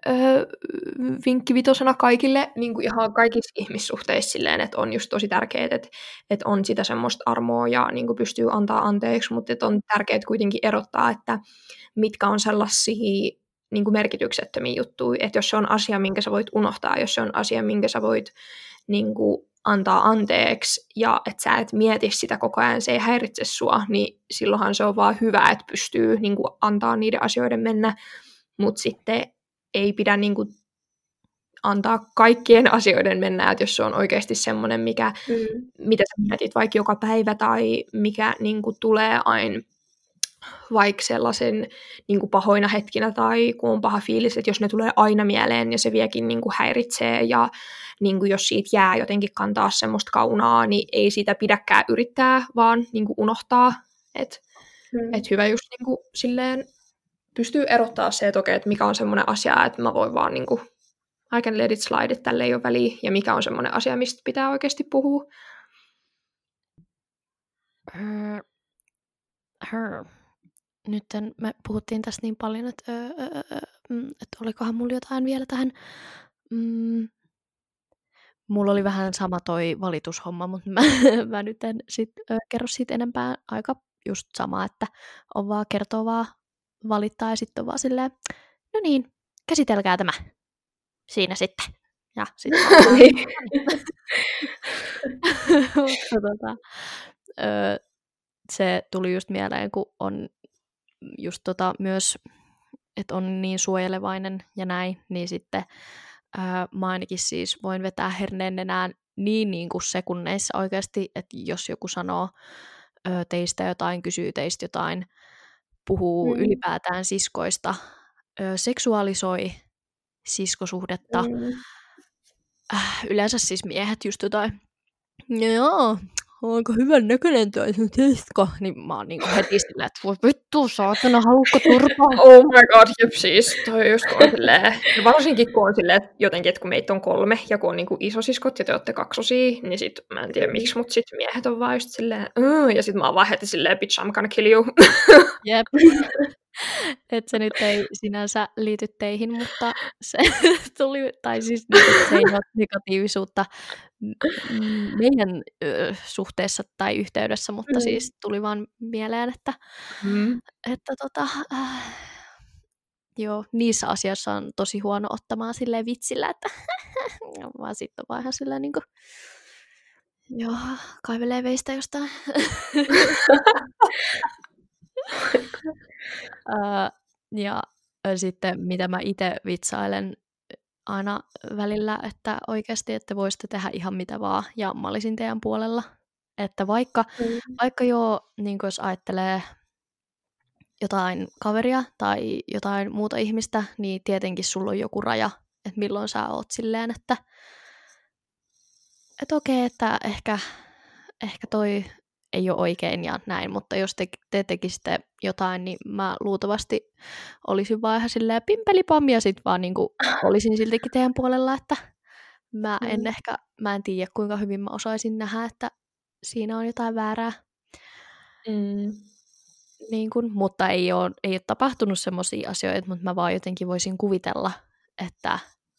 öö, vinkki vitosena kaikille, niin kuin ihan kaikissa ihmissuhteissa silleen, että on just tosi tärkeää, että, että on sitä semmoista armoa ja niin kuin pystyy antaa anteeksi, mutta että on tärkeää kuitenkin erottaa, että mitkä on sellaisia niin kuin merkityksettömiä juttuja, että jos se on asia, minkä sä voit unohtaa, jos se on asia, minkä sä voit niin kuin antaa anteeksi ja että sä et mieti sitä koko ajan, se ei häiritse sua, niin silloinhan se on vaan hyvä, että pystyy niin kuin antaa niiden asioiden mennä, mutta sitten ei pidä niin kuin antaa kaikkien asioiden mennä, että jos se on oikeasti semmoinen, mikä, mm. mitä sä mietit vaikka joka päivä tai mikä niin kuin tulee aina vaikka sellaisen niin kuin pahoina hetkinä tai kun on paha fiilis, että jos ne tulee aina mieleen ja se viekin niin kuin häiritsee ja niin kuin jos siitä jää jotenkin kantaa semmoista kaunaa, niin ei sitä pidäkään yrittää, vaan niin kuin unohtaa. Että mm. et hyvä just niin kuin silleen pystyy erottaa se, että okei, että mikä on semmoinen asia, että mä voin vaan niin kuin I can let it slide, että tälle ei ole väliä, ja mikä on semmoinen asia, mistä pitää oikeasti puhua. Her. Her. Nyt me puhuttiin tässä niin paljon, että, öö, öö, että olikohan mulla jotain vielä tähän. Mm, mulla oli vähän sama toi valitushomma, mutta mä, mä nyt en sit, öö, kerro siitä enempää. Aika just sama, että on vaan kertoo vaan valittaa ja sitten on vaan silleen, no niin, käsitelkää tämä. Siinä sitten. Ja sitten tota, öö, se tuli just mieleen, kun on just tota myös, että on niin suojelevainen ja näin, niin sitten ää, mä ainakin siis voin vetää herneen nenään niin, niin kuin sekunneissa oikeasti, että jos joku sanoo ö, teistä jotain, kysyy teistä jotain, puhuu mm. ylipäätään siskoista, ö, seksuaalisoi siskosuhdetta, mm. äh, yleensä siis miehet just jotain, joo, onko hyvän näköinen tuo sisko, niin mä oon niinku heti silleen, että voi vittu, saatana, haluatko turpaa? Oh my god, jep siis, toi just on silleen, ja varsinkin kun on silleen, että jotenkin, että kun meitä on kolme, ja kun on niinku isosiskot, ja te olette kaksosia, niin sit mä en tiedä miksi, mutta sit miehet on vaan just silleen, ja sit mä oon vaan heti silleen, bitch, I'm gonna kill you. Jep. Että se nyt ei sinänsä liity teihin, mutta se tuli, tai siis se ei ole negatiivisuutta meidän ö, suhteessa tai yhteydessä, mutta mm. siis tuli vaan mieleen, että, mm. että tota, äh, joo, niissä asioissa on tosi huono ottamaan silleen vitsillä, että vaan sitten on vaan ihan silleen niin kuin, joo, kaivelee veistä jostain. uh, ja sitten mitä mä itse vitsailen aina välillä, että oikeasti, että voisitte tehdä ihan mitä vaan, ja mä olisin teidän puolella. Että vaikka, mm. vaikka joo, niin jos ajattelee jotain kaveria tai jotain muuta ihmistä, niin tietenkin sulla on joku raja, että milloin sä oot silleen, että et okei, että ehkä, ehkä toi ei ole oikein ja näin, mutta jos te, te tekisitte jotain, niin mä luultavasti olisin vaan ihan silleen pimpelipam ja sit vaan niinku olisin siltikin teidän puolella, että mä en mm. ehkä, mä en tiedä kuinka hyvin mä osaisin nähdä, että siinä on jotain väärää. Mm. Niin kun, mutta ei ole, ei ole tapahtunut semmoisia asioita, mutta mä vaan jotenkin voisin kuvitella, että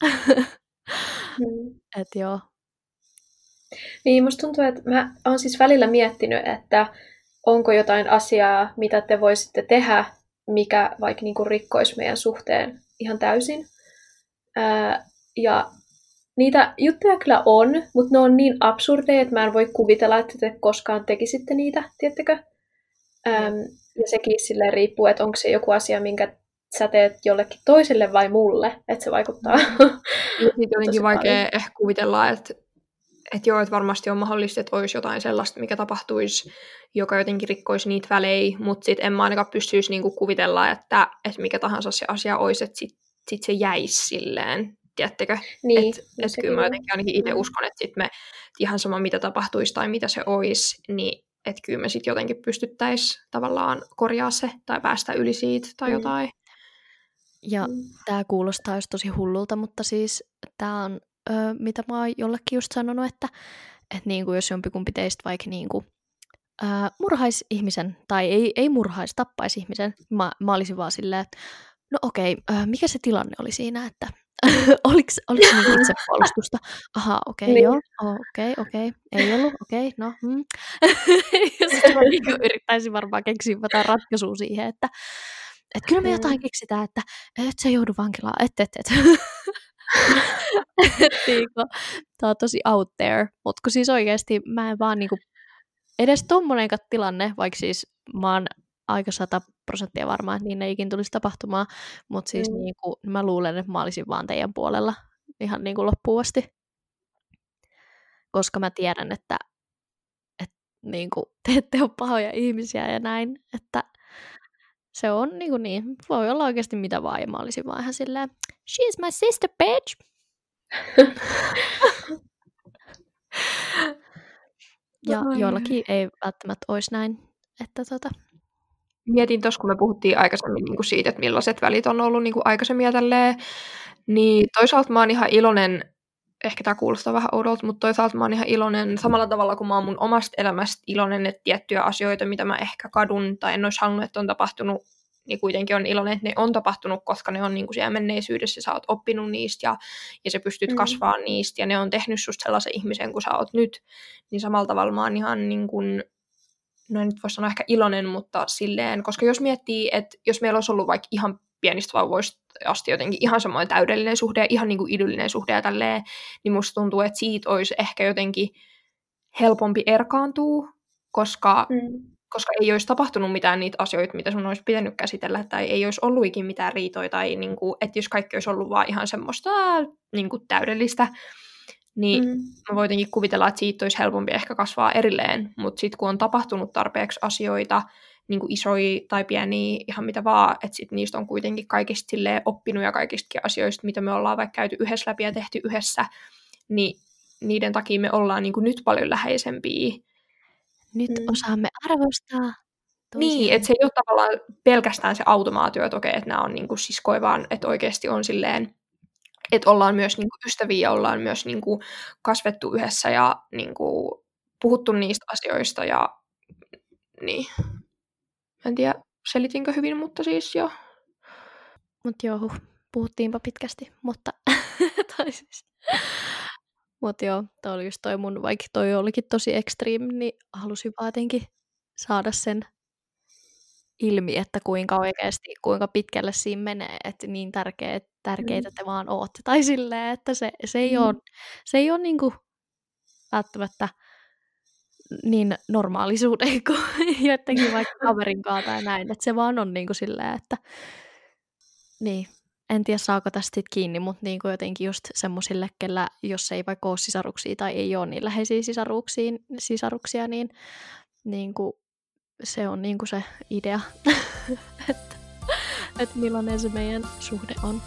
mm. et joo. Niin, musta tuntuu, että mä oon siis välillä miettinyt, että onko jotain asiaa, mitä te voisitte tehdä, mikä vaikka niinku rikkoisi meidän suhteen ihan täysin. Ää, ja niitä juttuja kyllä on, mutta ne on niin absurdeja, että mä en voi kuvitella, että te koskaan tekisitte niitä, tiedättekö? Ää, ja sekin silleen riippuu, että onko se joku asia, minkä sä teet jollekin toiselle vai mulle, että se vaikuttaa. Sitten jotenkin vaikea ehkä kuvitella, että Että joo, että varmasti on mahdollista, että olisi jotain sellaista, mikä tapahtuisi, joka jotenkin rikkoisi niitä välejä, mutta sitten en mä ainakaan pystyisi niinku kuvitella, että, että mikä tahansa se asia olisi, että sitten sit se jäisi silleen, tiedättekö? Niin, että et kyllä mä jotenkin ainakin itse uskon, että sit me ihan sama mitä tapahtuisi tai mitä se olisi, niin että kyllä me sitten jotenkin pystyttäisiin tavallaan korjaa se tai päästä yli siitä tai mm. jotain. Ja mm. tämä kuulostaa just tosi hullulta, mutta siis tämä on Öö, mitä mä oon jollekin just sanonut, että, että niinku, jos jompikumpi teistä vaikka niinku, öö, murhaisi ihmisen, tai ei, ei murhaisi, tappaisi ihmisen, mä, mä olisin vaan silleen, että No okei, äh, mikä se tilanne oli siinä, että oliko, oliko se niin itsepuolustusta? Aha, okei, Niin. joo, okei, okei, ei ollut, okei, no. Mm. Ja sitten mä niinku yrittäisin varmaan keksiä jotain ratkaisua siihen, että et kyllä me jotain Mm. keksitään, että et sä joudu vankilaan, et, et, et. Et niinku, tää on tosi out there, mutta kun siis oikeesti mä en vaan niinku, edes tommonenkaan tilanne, vaikka siis mä oon aika sata prosenttia varma, että niin ei ikin tulisi tapahtumaan, mutta siis Mm. niinku, mä luulen, että mä olisin vaan teidän puolella ihan niinku loppuun asti, koska mä tiedän, että et, niinku, te ette ole pahoja ihmisiä ja näin, että se on niinku niin, voi olla oikeasti mitä vaan, ja mä olisin vaan ihan silleen, she's my sister, bitch! Ja Ai. joillakin ei välttämättä olisi näin, että tota... Mietin tuossa, kun me puhuttiin aikaisemmin niin kuin siitä, että millaiset välit on ollut niin kuin aikaisemmin ja tälleen, niin toisaalta mä oon ihan iloinen, ehkä tämä kuulostaa vähän oudolta, mutta toisaalta mä oon ihan iloinen samalla tavalla, kun mä oon mun omasta elämästä iloinen, että tiettyjä asioita, mitä mä ehkä kadun tai en olisi halunnut, että on tapahtunut, niin kuitenkin on iloinen, että ne on tapahtunut, koska ne on niin kuin siellä menneisyydessä, sä oot oppinut niistä ja, ja sä pystyt Mm. kasvaa niistä ja ne on tehnyt susta sellaisen ihmisen kuin sä oot nyt, niin samalla tavalla mä oon ihan niin kuin, no en nyt voi sanoa ehkä iloinen, mutta silleen, koska jos miettii, että jos meillä olisi ollut vaikka ihan pienistä vauvoista asti jotenkin ihan semmoinen täydellinen suhde ja ihan niin kuin idyllinen suhde ja tälleen, niin musta tuntuu, että siitä olisi ehkä jotenkin helpompi erkaantua, koska, Mm. koska ei olisi tapahtunut mitään niitä asioita, mitä sun olisi pitänyt käsitellä, tai ei olisi ollut ikin mitään riitoja, tai niin kuin, että jos kaikki olisi ollut vaan ihan semmoista niin kuin täydellistä, niin Mm. mä voin jotenkin kuvitella, että siitä olisi helpompi ehkä kasvaa erilleen, mutta sitten kun on tapahtunut tarpeeksi asioita, niin kuin isoja tai pieniä, ihan mitä vaan, että sit niistä on kuitenkin kaikista silleen oppinut ja kaikistakin asioista, mitä me ollaan vaikka käyty yhdessä läpi ja tehty yhdessä, niin niiden takia me ollaan niin kuin nyt paljon läheisempiä. Nyt Mm. osaamme arvostaa toisiamme. Niin, että se ei ole tavallaan pelkästään se automaatio, että okei, että nämä on niin kuin siskoja, vaan että oikeasti on silleen, että ollaan myös niin kuin ystäviä ja ollaan myös niin kuin kasvettu yhdessä ja niin kuin puhuttu niistä asioista ja niin. En tiedä, selitinkö hyvin, mutta siis joo. Mut joo, huh, puhuttiinpa pitkästi, mutta tai siis... Mut joo, toi oli just toi mun, vaikka toi olikin tosi extreme, niin halusin vaan jotenkin saada sen ilmi, että kuinka oikeasti, kuinka pitkälle siinä menee, että niin tärkeä, tärkeitä te vaan ootte. Tai silleen, että se, se ei Mm. ole, se ei ole niinku välttämättä niin normaalisuuden kuin jotenkin vaikka kaverin kanssa tai näin, että se vaan on niinku silleen, että niin, en tiedä saako tästä sit kiinni, mutta niinku jotenkin just semmosille, kellä jos ei vaikka ole sisaruksia tai ei ole niin läheisiä sisaruksiin, sisaruksia, niin niinku se on niinku se idea, että, että millainen se meidän suhde on.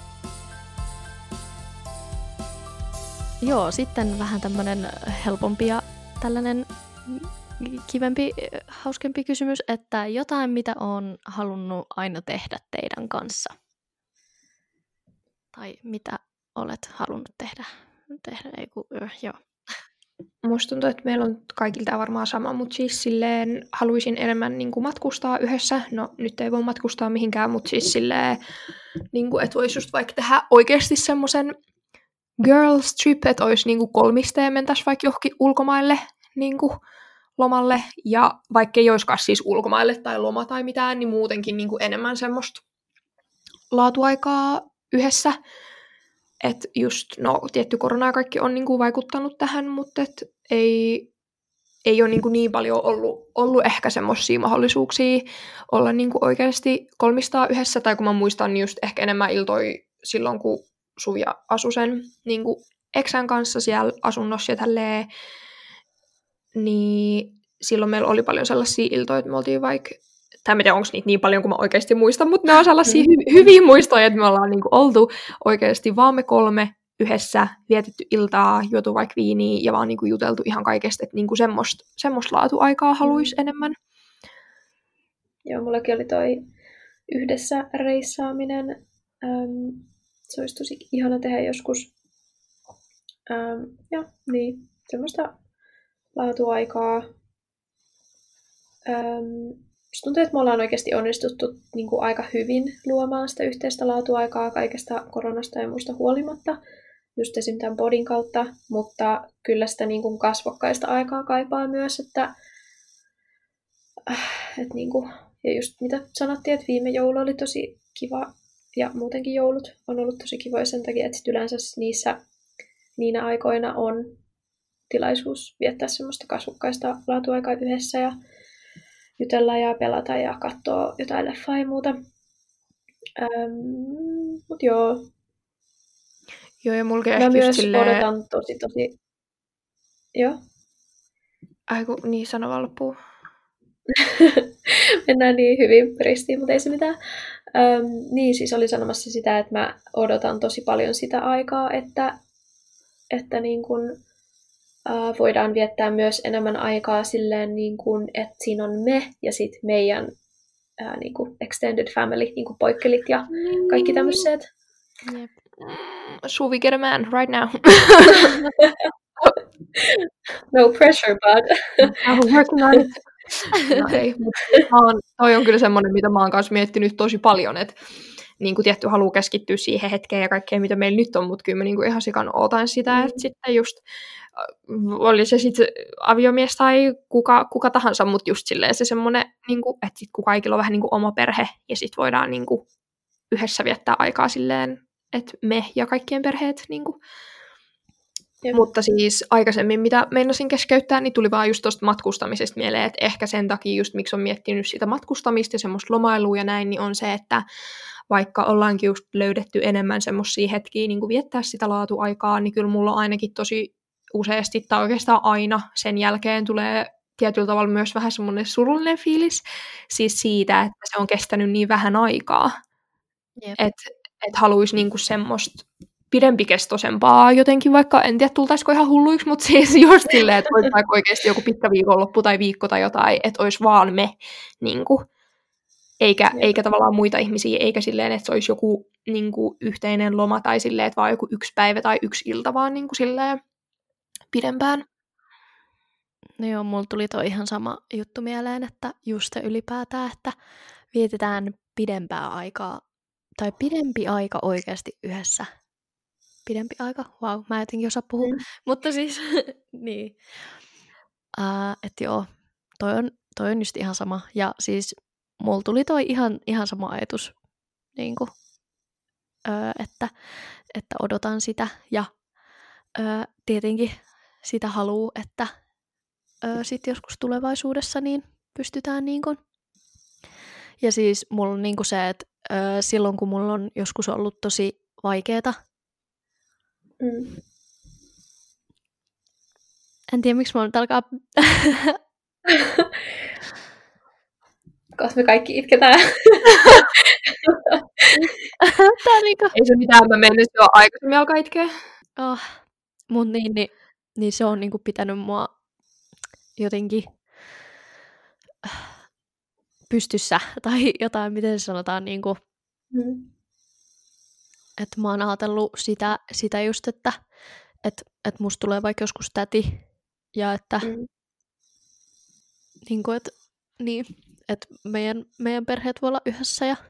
Joo, sitten vähän tämmönen helpompi ja tällainen kivempi, hauskempi kysymys, että jotain, mitä on halunnut aina tehdä teidän kanssa. Tai mitä olet halunnut tehdä. tehdä ei kun, ö, joo. Musta tuntuu, että meillä on kaikilta varmaan sama, mutta siis silleen haluaisin enemmän niin kuin matkustaa yhdessä. No nyt ei voi matkustaa mihinkään, mutta siis silleen, niin kuin, että voisi just vaikka tehdä oikeasti semmoisen girls trip, että olisi niin kuin kolmista ja mentäisiin vaikka johonkin ulkomaille niin kuin lomalle. Ja vaikka ei olisikaan siis ulkomaille tai loma tai mitään, niin muutenkin niin kuin enemmän semmoista laatuaikaa yhdessä. Että just, no tietty korona ja kaikki on niinku vaikuttanut tähän, mutta et ei, ei ole niinku niin paljon ollut, ollut ehkä semmoisia mahdollisuuksia olla niinku oikeasti kolmistaan yhdessä. Tai kun mä muistan niin just ehkä enemmän iltoi silloin, kun Suvia asui sen niinku eksän kanssa siellä asunnossa ja tälleen, niin silloin meillä oli paljon sellaisia iltoja, että me oltiin vaikka, tai en tiedä, onko niitä niin paljon kuin mä oikeasti muistan, mutta ne on sellaisia hy- hyviä muistoja, että me ollaan niinku oltu oikeasti vaan me kolme yhdessä, vietetty iltaa, juotu vaikka viiniä ja vaan niinku juteltu ihan kaikesta, että niinku semmoista, semmoista laatuaikaa haluaisi mm. enemmän. Joo, mullakin oli toi yhdessä reissaaminen. Ähm, se olisi tosi ihana tehdä joskus. Ähm, ja niin, semmoista laatuaikaa. Ähm, musta tuntuu, että me ollaan oikeasti onnistuttu niin kuin aika hyvin luomaan sitä yhteistä laatuaikaa kaikesta koronasta ja muusta huolimatta, just esim. Tämän bodin kautta, mutta kyllä sitä niin kuin kasvokkaista aikaa kaipaa myös, että, että niin kuin, ja just mitä sanottiin, että viime joulu oli tosi kiva, ja muutenkin joulut on ollut tosi kivoja sen takia, että sit yleensä niissä, niinä aikoina on tilaisuus viettää semmoista kasvokkaista laatuaikaa yhdessä ja jutella ja pelata ja katsoa jotain leffaa ja muuta. Ähm, mut joo. Joo, ja mulki Mä ehkä myös just silleen... odotan tosi tosi... Joo. Ai kun niin sano vaan loppuu. Mennään niin hyvin ristiin, mutta ei se mitään. Ähm, niin, siis oli sanomassa sitä, että mä odotan tosi paljon sitä aikaa, että, että niin kun, äh, voidaan viettää myös enemmän aikaa silleen, niin kun, että siinä on me ja sit meidän äh, niin kun extended family, niin kun poikkelit ja kaikki tämmöiset. Jep. Suvi, get a man right now. No pressure, bud. I'm working on it. No ei, mutta on, toi on kyllä semmoinen, mitä mä oon kanssa miettinyt tosi paljon, että niin kuin tietty haluaa keskittyä siihen hetkeen ja kaikkeen, mitä meillä nyt on, mutta kyllä mä niin kuin ihan sikan ootan sitä, mm. että sitten just, oli se sitten aviomies tai kuka, kuka tahansa, mutta just silleen se semmoinen, niin kuin, että sitten kun kaikilla on vähän niin kuin oma perhe, ja sitten voidaan niin kuin yhdessä viettää aikaa silleen, että me ja kaikkien perheet niin kuin. Jep. Mutta siis aikaisemmin, mitä meinasin keskeyttää, niin tuli vaan just tuosta matkustamisesta mieleen, että ehkä sen takia just miksi on miettinyt sitä matkustamista ja semmoista lomailua ja näin, niin on se, että vaikka ollaankin just löydetty enemmän semmoisia hetkiä niin kuin viettää sitä laatuaikaa, niin kyllä mulla on ainakin tosi useasti tai oikeastaan aina sen jälkeen tulee tietyllä tavalla myös vähän semmoinen surullinen fiilis, siis siitä, että se on kestänyt niin vähän aikaa, että et haluaisi niinku semmoista pidempikestoisempaa jotenkin, vaikka en tiedä tultaisiko ihan hulluiksi, mutta siis just silleen, että olisi vaikka oikeasti joku pitkä viikonloppu tai viikko tai jotain, että olisi vaan me, niinku, eikä, eikä tavallaan muita ihmisiä, eikä silleen, että se olisi joku niinku, yhteinen loma tai silleen, että vaan joku yksi päivä tai yksi ilta, vaan niinku, silleen pidempään. No joo, mulla tuli toi ihan sama juttu mieleen, että just se ylipäätään, että vietetään pidempää aikaa, tai pidempi aika oikeasti yhdessä. Pidempi aika? Vau, wow, mä jotenkin osaa puhua. Mm. Mutta siis, niin. Uh, että joo, toi on, toi on just ihan sama. Ja siis mulla tuli toi ihan, ihan sama ajatus, niin kuin, uh, että, että odotan sitä. Ja uh, tietenkin sitä haluu, että uh, sitten joskus tulevaisuudessa niin pystytään niin kuin. Ja siis mulla on niin kuin se, että uh, silloin kun mulla on joskus ollut tosi vaikeeta, Mm. en tiedä, miksi mä nyt alkaa... Koska me kaikki itketään. Tää niinku... Ei se mitään, mä menen jo aikaisemmin alkaa itkeä. Oh. Mut niin, niin, niin se on niinku pitänyt mua jotenkin pystyssä. Tai jotain, miten se sanotaan, niinku... Mm. Että mä oon ajatellut sitä, sitä just, että et, et musta tulee vaikka joskus täti, ja että mm. niin kuin, et, niin, et meidän, meidän perheet voi olla yhdessä, ja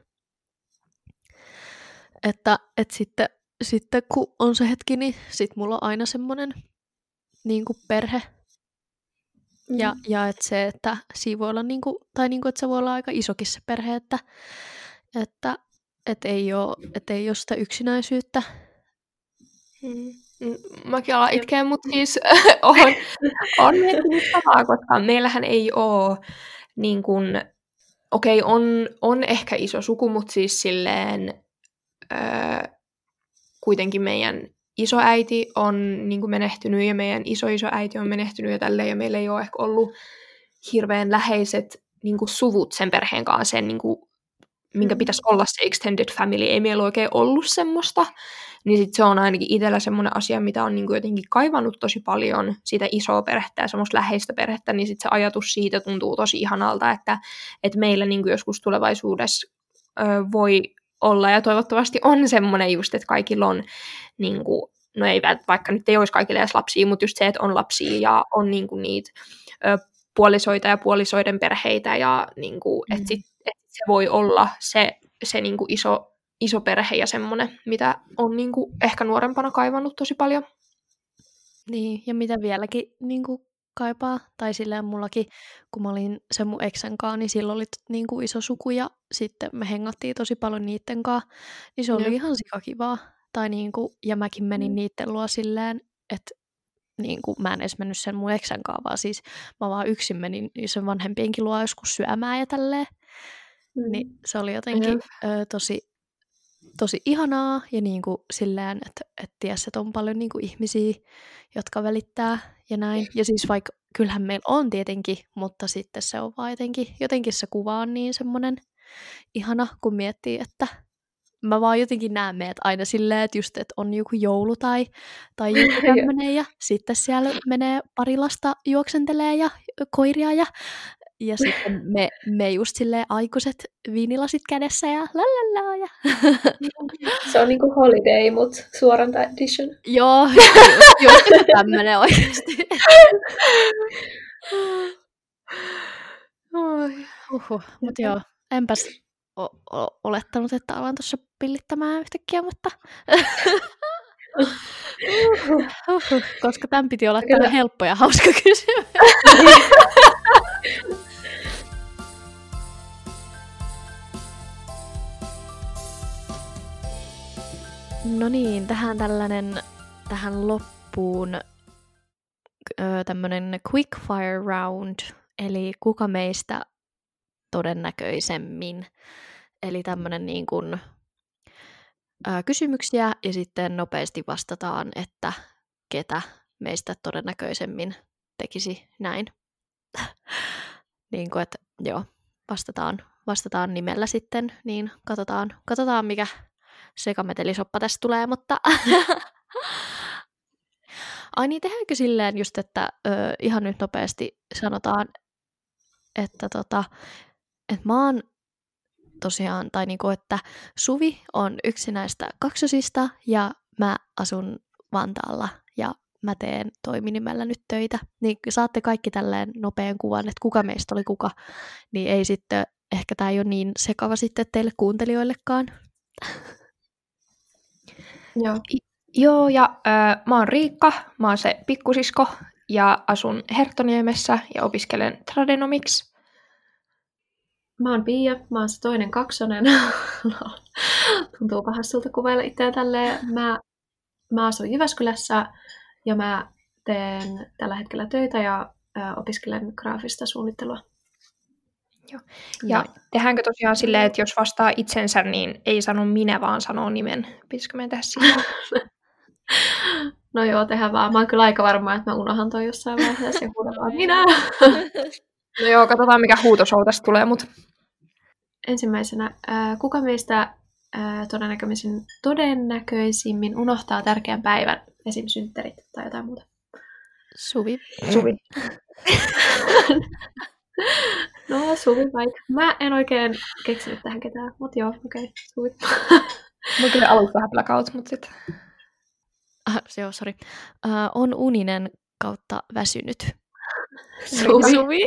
että et sitten, sitten kun on se hetki, niin sit mulla on aina semmoinen niin kuin perhe, mm. ja, ja että se, että siinä voi olla, niin kuin, tai niin kuin, että se voi olla aika isokin se perhe, että, että Että ei ole, et ei ole sitä yksinäisyyttä. Mm. Mäkin alan itkeä, mutta siis on, on miettinyt samaa, koska meillähän ei ole niin kuin, okei, okay, on, on ehkä iso suku, mutta siis silleen öö, kuitenkin meidän isoäiti on niin kuin menehtynyt ja meidän isoisoäiti on menehtynyt ja tälleen, ja meillä ei ole ehkä ollut hirveän läheiset niin kuin suvut sen perheen kanssa sen niin kuin minkä pitäisi olla se extended family, ei meillä oikein ollut semmoista, niin sit se on ainakin itsellä semmoinen asia, mitä on niinku jotenkin kaivannut tosi paljon, sitä isoa perhettä ja semmoista läheistä perhettä, niin sit se ajatus siitä tuntuu tosi ihanalta, että, että meillä niinku joskus tulevaisuudessa ö, voi olla, ja toivottavasti on semmoinen just, että kaikilla on, niinku, no ei vaikka nyt ei olisi kaikille edes lapsia, mutta just se, että on lapsia ja on niinku niitä ö, puolisoita ja puolisoiden perheitä, ja niin kuin, Mm. että sit, et se voi olla se, se niin kuin iso, iso perhe ja semmoinen, mitä on niin kuin ehkä nuorempana kaivannut tosi paljon. Niin, ja mitä vieläkin niin kuin kaipaa, tai silleen mullakin, kun mä olin sen mun eksän kanssa, niin silloin oli niin kuin iso suku, ja sitten me hengattiin tosi paljon niitten kanssa, niin se oli Jep. ihan sikakivaa. Tai niin kuin, ja mäkin menin Mm. niitten luo silleen, että niin kuin, mä en edes mennyt sen mun eksän kanssa, vaan siis mä vaan yksin menin sen vanhempienkin luo joskus syömään ja tälleen. Mm. Niin se oli jotenkin ö, tosi, tosi ihanaa ja niin kuin silleen, että et ties, että on paljon niin kuin ihmisiä, jotka välittää ja näin. Ja siis vaikka kyllähän meillä on tietenkin, mutta sitten se on vaan jotenkin, jotenkin se kuva on niin semmoinen ihana, kun miettii, että mä vaan jotenkin näen meidät aina silleen, että just, että on joku joulu tai, tai joku tämmöinen ja sitten siellä menee pari lasta juoksentelee ja koiria ja ja sitten me, me just silleen aikuiset viinilasit kädessä ja lalala ja Se on niinku holiday, mut suoranta edition. joo, just, just tämmönen oikeesti. Uhuh, mut joo, enpäs o- o- olettanut, että alan tuossa pillittämään yhtäkkiä, mutta uhuh, uhuh, koska tämän piti olla tämmöinen helppo ja hauska kysymys. No niin, tähän tällainen, tähän loppuun ö, tämmönen quick fire round, eli kuka meistä todennäköisemmin. Eli tämmönen niin kuin ö, kysymyksiä ja sitten nopeasti vastataan, että ketä meistä todennäköisemmin tekisi näin. Niin kuin, että joo, vastataan, vastataan nimellä sitten, niin katsotaan, katsotaan mikä sekametelisoppa tästä tulee, mutta ai niin, tehdäänkö silleen just, että ö, ihan nyt nopeasti sanotaan, että tota, et mä oon tosiaan, tai niinku, että Suvi on yksi näistä kaksosista ja mä asun Vantaalla ja mä teen toiminimellä nyt töitä, niin saatte kaikki tälleen nopean kuvan, että kuka meistä oli kuka, niin ei sitten, ehkä tää ei ole niin sekava sitten teille kuuntelijoillekaan. Joo. Joo, ja äh, mä oon Riikka, mä oon se pikkusisko, ja asun Herttoniemessä ja opiskelen tradenomics. Mä oon Pia, mä oon se toinen kaksonen. Tuntuu hassulta kuvailla itseä tälleen. Mä, mä asun Jyväskylässä ja mä teen tällä hetkellä töitä ja ö, opiskelen graafista suunnittelua. Joo. Ja Noin. tehdäänkö tosiaan silleen, että jos vastaa itsensä, niin ei sano minä, vaan sanoo nimen. Pitäisikö meidän tehdä silleen? No joo, tehdään vaan. Mä oon kyllä aika varma, että mä unohan toi jossain vaiheessa ja huudan vaan minä. No joo, katsotaan mikä huutoshow tästä tulee, mutta Ensimmäisenä, ää, kuka meistä ää, todennäköisimmin, todennäköisimmin unohtaa tärkeän päivän, esim. Synttärit tai jotain muuta? Suvi. Suvi. No, Suvi vaikka. Mä en oikein keksinyt tähän ketään, mutta joo, okei, okay, Suvi. Mä kyllä aluksi vähän blackout, mutta sitten... Ah, joo, sori. Uh, on uninen kautta väsynyt. Suvi. Suvi.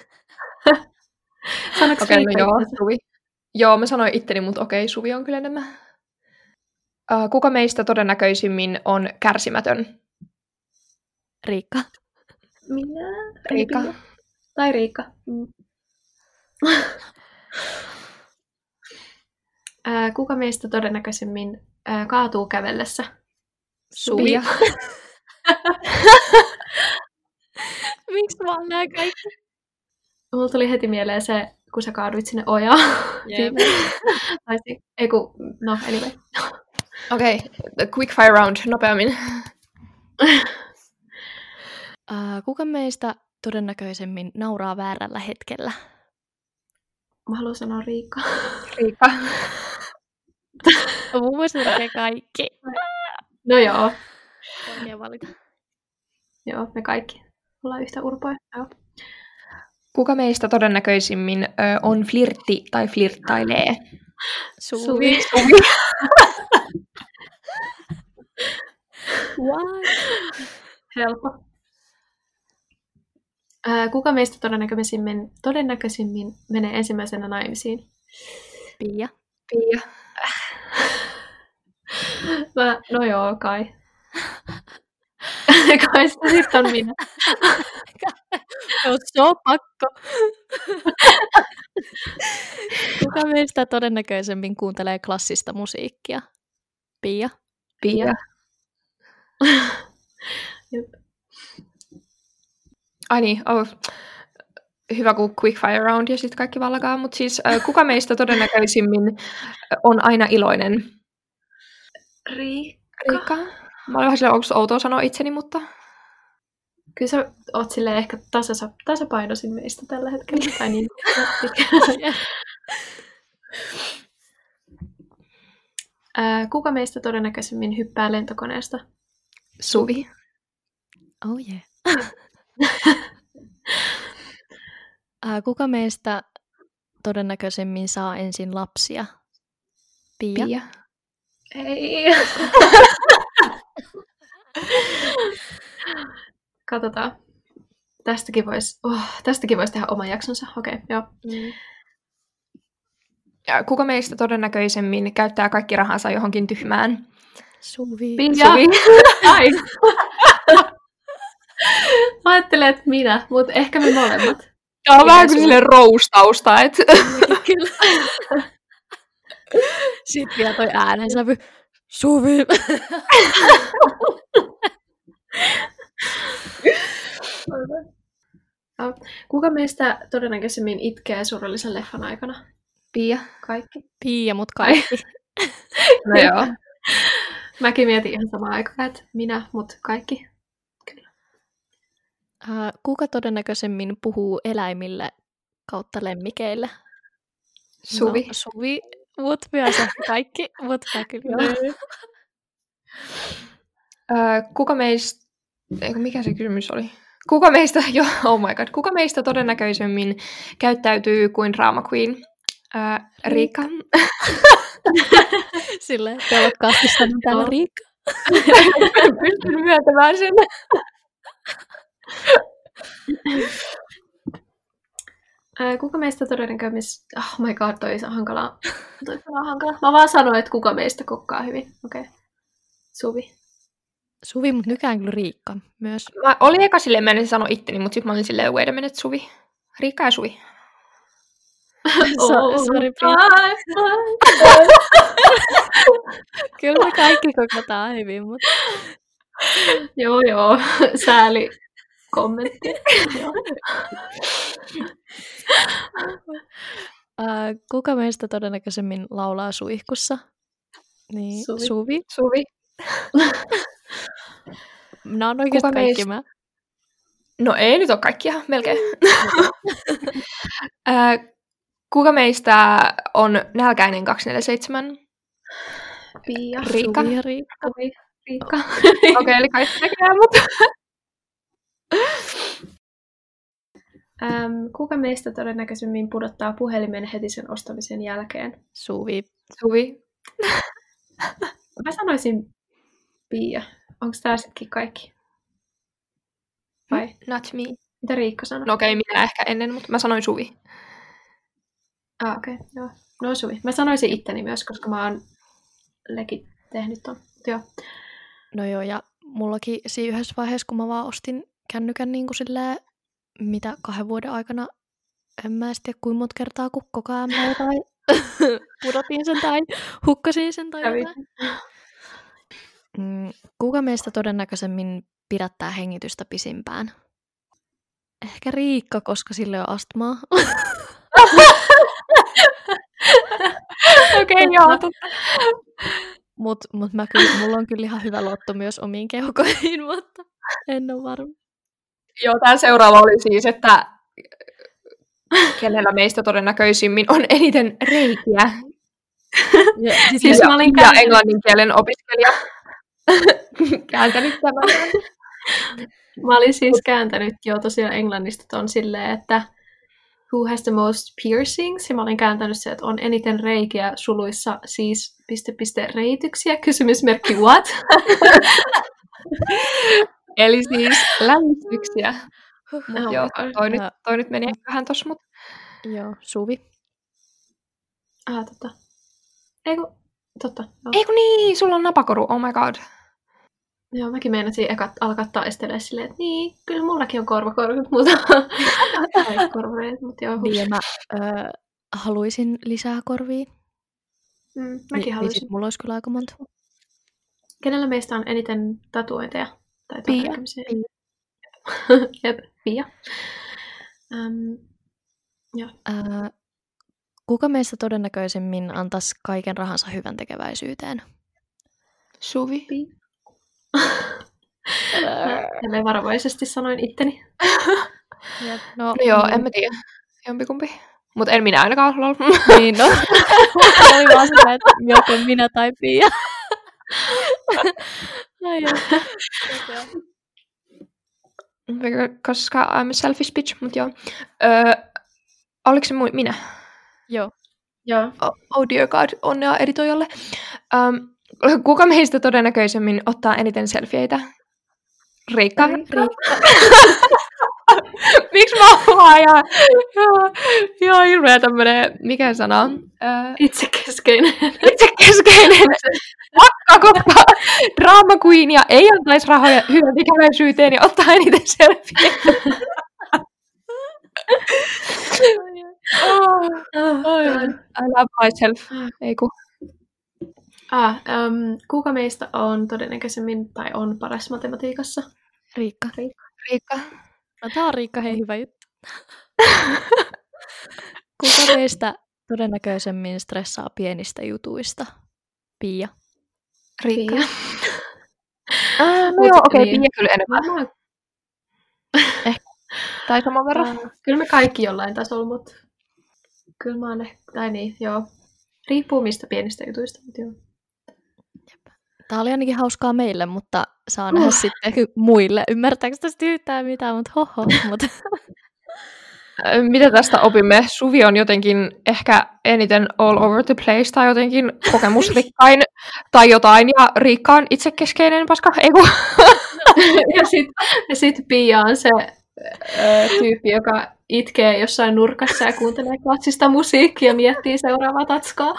Sanoiko Okei, Riikka no joo, itsensä? Suvi. Joo, mä sanoin itteni, mutta okei, Suvi on kyllä enemmän. Uh, kuka meistä todennäköisimmin on kärsimätön? Riikka. Minä? Riikka. Pia. Tai Riikka. Mm. Ää, kuka meistä todennäköisemmin ää, kaatuu kävellessä? Suvi. Pia. Miksi mä oon nää kaikki? Mulla tuli heti mieleen se, kun sä kaaduit sinne ojaan. Jep. Tai si- ei kun, no anyway. Okei, okay. Quick fire round, nopeammin. Uh, kuka meistä todennäköisemmin nauraa väärällä hetkellä? Mä haluan sanoa Riikka. Riikka. Mun mielestä tekee kaikki. No joo, Oikein valita. joo, me kaikki ollaan yhtä urpoja. Joo. Kuka meistä todennäköisimmin ö, on flirtti tai flirttailee? Suvi. Suvi. What? Helppo. Ää, kuka meistä todennäköisimmin, todennäköisimmin menee ensimmäisenä naimisiin? Pia. Pia. Mä, no joo, kai. Kai sitä sit on minä. No, se on pakko. Kuka meistä todennäköisemmin kuuntelee klassista musiikkia? Pia. Pia. Jep. Ai niin, oh. Hyvä kuin quickfire round ja sitten kaikki vallakaa, mutta siis äh, kuka meistä todennäköisimmin on aina iloinen? Riikka. Riikka. Mä olen vähän silleen, onko outoa sanoa itseni, mutta... Kyllä sä oot silleen ehkä tasasa, tasapainoisin meistä tällä hetkellä. Tai niin. Ää, kuka meistä todennäköisemmin hyppää lentokoneesta? Suvi. Oh yeah. Ää, kuka meistä todennäköisemmin saa ensin lapsia? Pia. Pia. Ei. Katsotaan. Tästäkin voisi oh, tästäkin vois tehdä oman jaksonsa. Okei, okay, joo. Mm. Ja kuka meistä todennäköisemmin käyttää kaikki rahansa johonkin tyhmään? Suvi. Pia. Suvi. Ai. Mä ajattelen, että minä, mutta ehkä me molemmat. Tämä on vähän kuin silleen roustausta, että... Kyllä. Sitten vielä toi äänensävy. Suvi. Kuka meistä todennäköisemmin itkee surullisen leffan aikana? Pia. Kaikki. Pia, mut kaikki. No joo. Mäkin mietin ihan samaan aikaan, että minä, mut kaikki. Kyllä. Uh, kuka todennäköisemmin puhuu eläimille kautta lemmikeille? Suvi. No, Suvi, mut myös ehkä kaikki, mut mä kyllä. uh, kuka meistä... Eikö, mikä se kysymys oli? Kuka meistä... Jo, oh my god. Kuka meistä todennäköisemmin käyttäytyy kuin drama queen? Uh, Riikka. Silleen, te olet kasvistanut täällä No. Riikka. En pystynyt myöntämään sen. Ää, kuka meistä todennäköisesti... Oh my god, toi on hankalaa. Toi on hankalaa. Mä vaan sanoin, että kuka meistä kokkaa hyvin. Okei. Okay. Suvi. Suvi, mut nykään kyllä Riikka myös. Mä olin eka silleen, mä en sano itteni, mutta sitten mä olin silleen, wait a minute, Suvi. Riikka ja Suvi. So, sorry, Kyllä me kaikki kokotaan hyvin, mutta... Joo, joo. Sääli kommentti. uh, kuka meistä todennäköisemmin laulaa suihkussa? Niin, Suvi. Suvi. Suvi. Nämä on oikeasti Kuka kaikki meistä- mä. No ei nyt ole kaikkia, melkein. Ää, kuka meistä on nälkäinen kaksikymmentäseitsemän? Pia. Riikka. Suvi ja Riikka. Suvi. Riikka. Okei, okay, eli kaikki näkee, mutta... Ähm, kuka meistä todennäköisemmin pudottaa puhelimen heti sen ostamisen jälkeen? Suvi. Suvi. Mä sanoisin Pia. Onko tää sittenkin kaikki? Vai? Not me. Mitä Riikka sanoi? No okei, okay, minä ehkä ennen, mutta mä sanoin Suvi. Ah, okei, okay, joo. No Suvi. Mä sanoisin itteni myös, koska mä oon legit tehnyt ton. Joo. No joo, ja mullakin siinä yhdessä vaiheessa, kun mä vaan ostin kännykän niin kuin silleen, mitä kahden vuoden aikana, en mä tiedä kuinka monta kertaa kukkokäämää tai pudotin sen tai hukkasin sen tai Kävi. jotain. Mm, kuka meistä todennäköisemmin pidättää hengitystä pisimpään? Ehkä Riikka, koska sille on astmaa. Okei, okay, joo, totta. Mutta mut mä kyllä, mulla on kyllä ihan hyvä luotto myös omiin keuhkoihin, mutta en ole varma. Joo, tämä seuraava oli siis, että kenellä meistä todennäköisimmin on eniten reikiä. Ja, siis Siis ja, mä olin ja kääntänyt- englannin kielen opiskelija. Kääntänyt tämän. Mä olin siis kääntänyt jo tosiaan englannista ton silleen, että who has the most piercings? Ja mä olin kääntänyt se, että on eniten reikiä suluissa, siis piste piste reityksiä, kysymysmerkki what? Eli siis lämmityksiä. Mut Oh joo, my god. toi, nyt, Ää, toi nyt meni ehkä vähän tossa, mut Joo, Suvi. Ah, totta. Eiku, totta. Joo. ei kun niin, sulla on napakoru, oh my god. Joo, mäkin meinasin eka alkaa taistelemaan silleen, että niin, kyllä mullakin on korvakorvit, mutta ei korvareet, mutta joo, Niin, hups. ja mä ö, haluaisin lisää korvia. Mm, mäkin Ni, niin haluaisin. sit mulla olisi kyllä aika monta. Kenellä meistä on eniten tatuointeja? Tai Pia. tatuointimisia? Jep, Pia. Um, joo. Ää, kuka meistä todennäköisemmin antaisi kaiken rahansa hyvän tekeväisyyteen? Suvi. Pia. Mä varovaisesti sanoin itteni. Jep, no, No joo, niin. en mä tiedä. Jompikumpi. Mut en minä ainakaan, lol. Niin, no. Oli vaan sitä, että joko minä tai Pia. Ai joo. Koska I'm a selfish bitch, mut joo. Öö, oliko se mu- minä? Joo. Joo. Oh, oh dear god, onnea editoijalle. Um, kuka meistä todennäköisemmin ottaa eniten selfieitä? Riikka? Riikka. Miksi mä oon vaan ihan, ihan, ihan hirveä tämmönen, mikä sana? Öö, Itsekeskeinen. itsekeskeinen. Vakka, koska drama queen ja ei antaisi rahoja hyvän tekeväisyyteen ja ottaa eniten selfieitä. Oh, Oh, I love myself. Ei ku. ah, um, kuka meistä on todennäköisemmin tai on paras matematiikassa? Riikka. Riikka. No tää on Riikka, hei hyvä juttu. Kuka meistä todennäköisemmin stressaa pienistä jutuista? Pia. Riikka. Pia. Ah, no Mut joo, okei, okay, niin. Pia kyllä enemmän. Mä, Tai saman verran. äh, kyllä me kaikki jollain tasolla, mutta kyllä mä oon ehkä, tai niin, joo. Riippuu mistä pienistä jutuista, mutta joo. Tää oli ainakin hauskaa meille, mutta saa nähdä sitten muille. Ymmärtääkö tästä yhtään mitään, mutta hoho. Mutta Mitä tästä opimme? Suvi on jotenkin ehkä eniten all over the place tai jotenkin kokemusrikkain tai jotain, ja Riikka on itsekeskeinen paska, ei kun. Ja sitten sit Pia on se ö, tyyppi, joka itkee jossain nurkassa ja kuuntelee klassista musiikkia ja miettii seuraavaa tatskaa.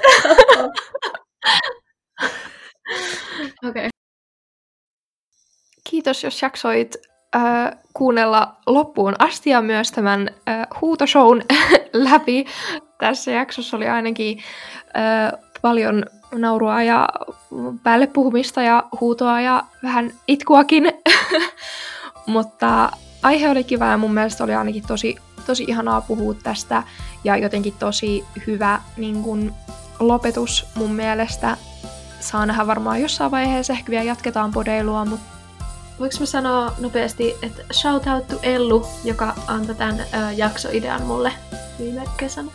Okei. Okay. Kiitos, jos jaksoit äh, kuunnella loppuun asti ja myös tämän äh, huutoshown läpi. Tässä jaksossa oli ainakin äh, paljon naurua ja päälle puhumista ja huutoa ja vähän itkuakin. Mutta aihe oli kiva ja mun mielestä oli ainakin tosi, tosi ihanaa puhua tästä ja jotenkin tosi hyvä niin kun, lopetus mun mielestä. Saa nähdä varmaan jossain vaiheessa, ehkä vielä jatketaan podeilua, mutta Voinko mä sanoa nopeasti, että shout out to Ellu, joka antoi tämän ö, jaksoidean mulle viime kesänä.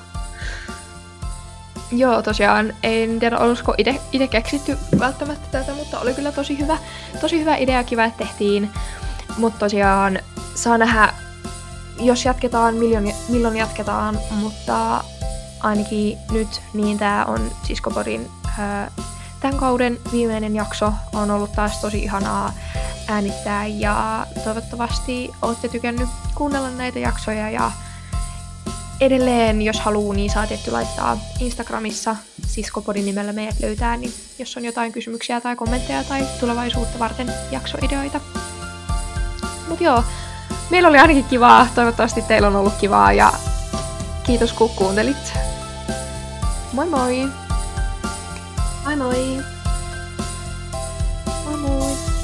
joo, tosiaan, en tiedä, olisiko itse keksitty välttämättä tätä, mutta oli kyllä tosi hyvä, tosi hyvä idea, kiva, että tehtiin. Mutta tosiaan, saa nähdä, jos jatketaan, milloin, milloin jatketaan, mutta ainakin nyt, niin tää on Siskopodin ää, tämän kauden viimeinen jakso. On ollut taas tosi ihanaa äänittää ja toivottavasti olette tykännyt kuunnella näitä jaksoja ja edelleen, jos haluaa, niin saa tietty laittaa Instagramissa Siskopodin nimellä meidät löytää, niin jos on jotain kysymyksiä tai kommentteja tai tulevaisuutta varten jaksoideoita. Mut joo, meillä oli ainakin kivaa, toivottavasti teillä on ollut kivaa ja kiitos kun kuuntelit. Moi moi! Moi moi! Moi moi!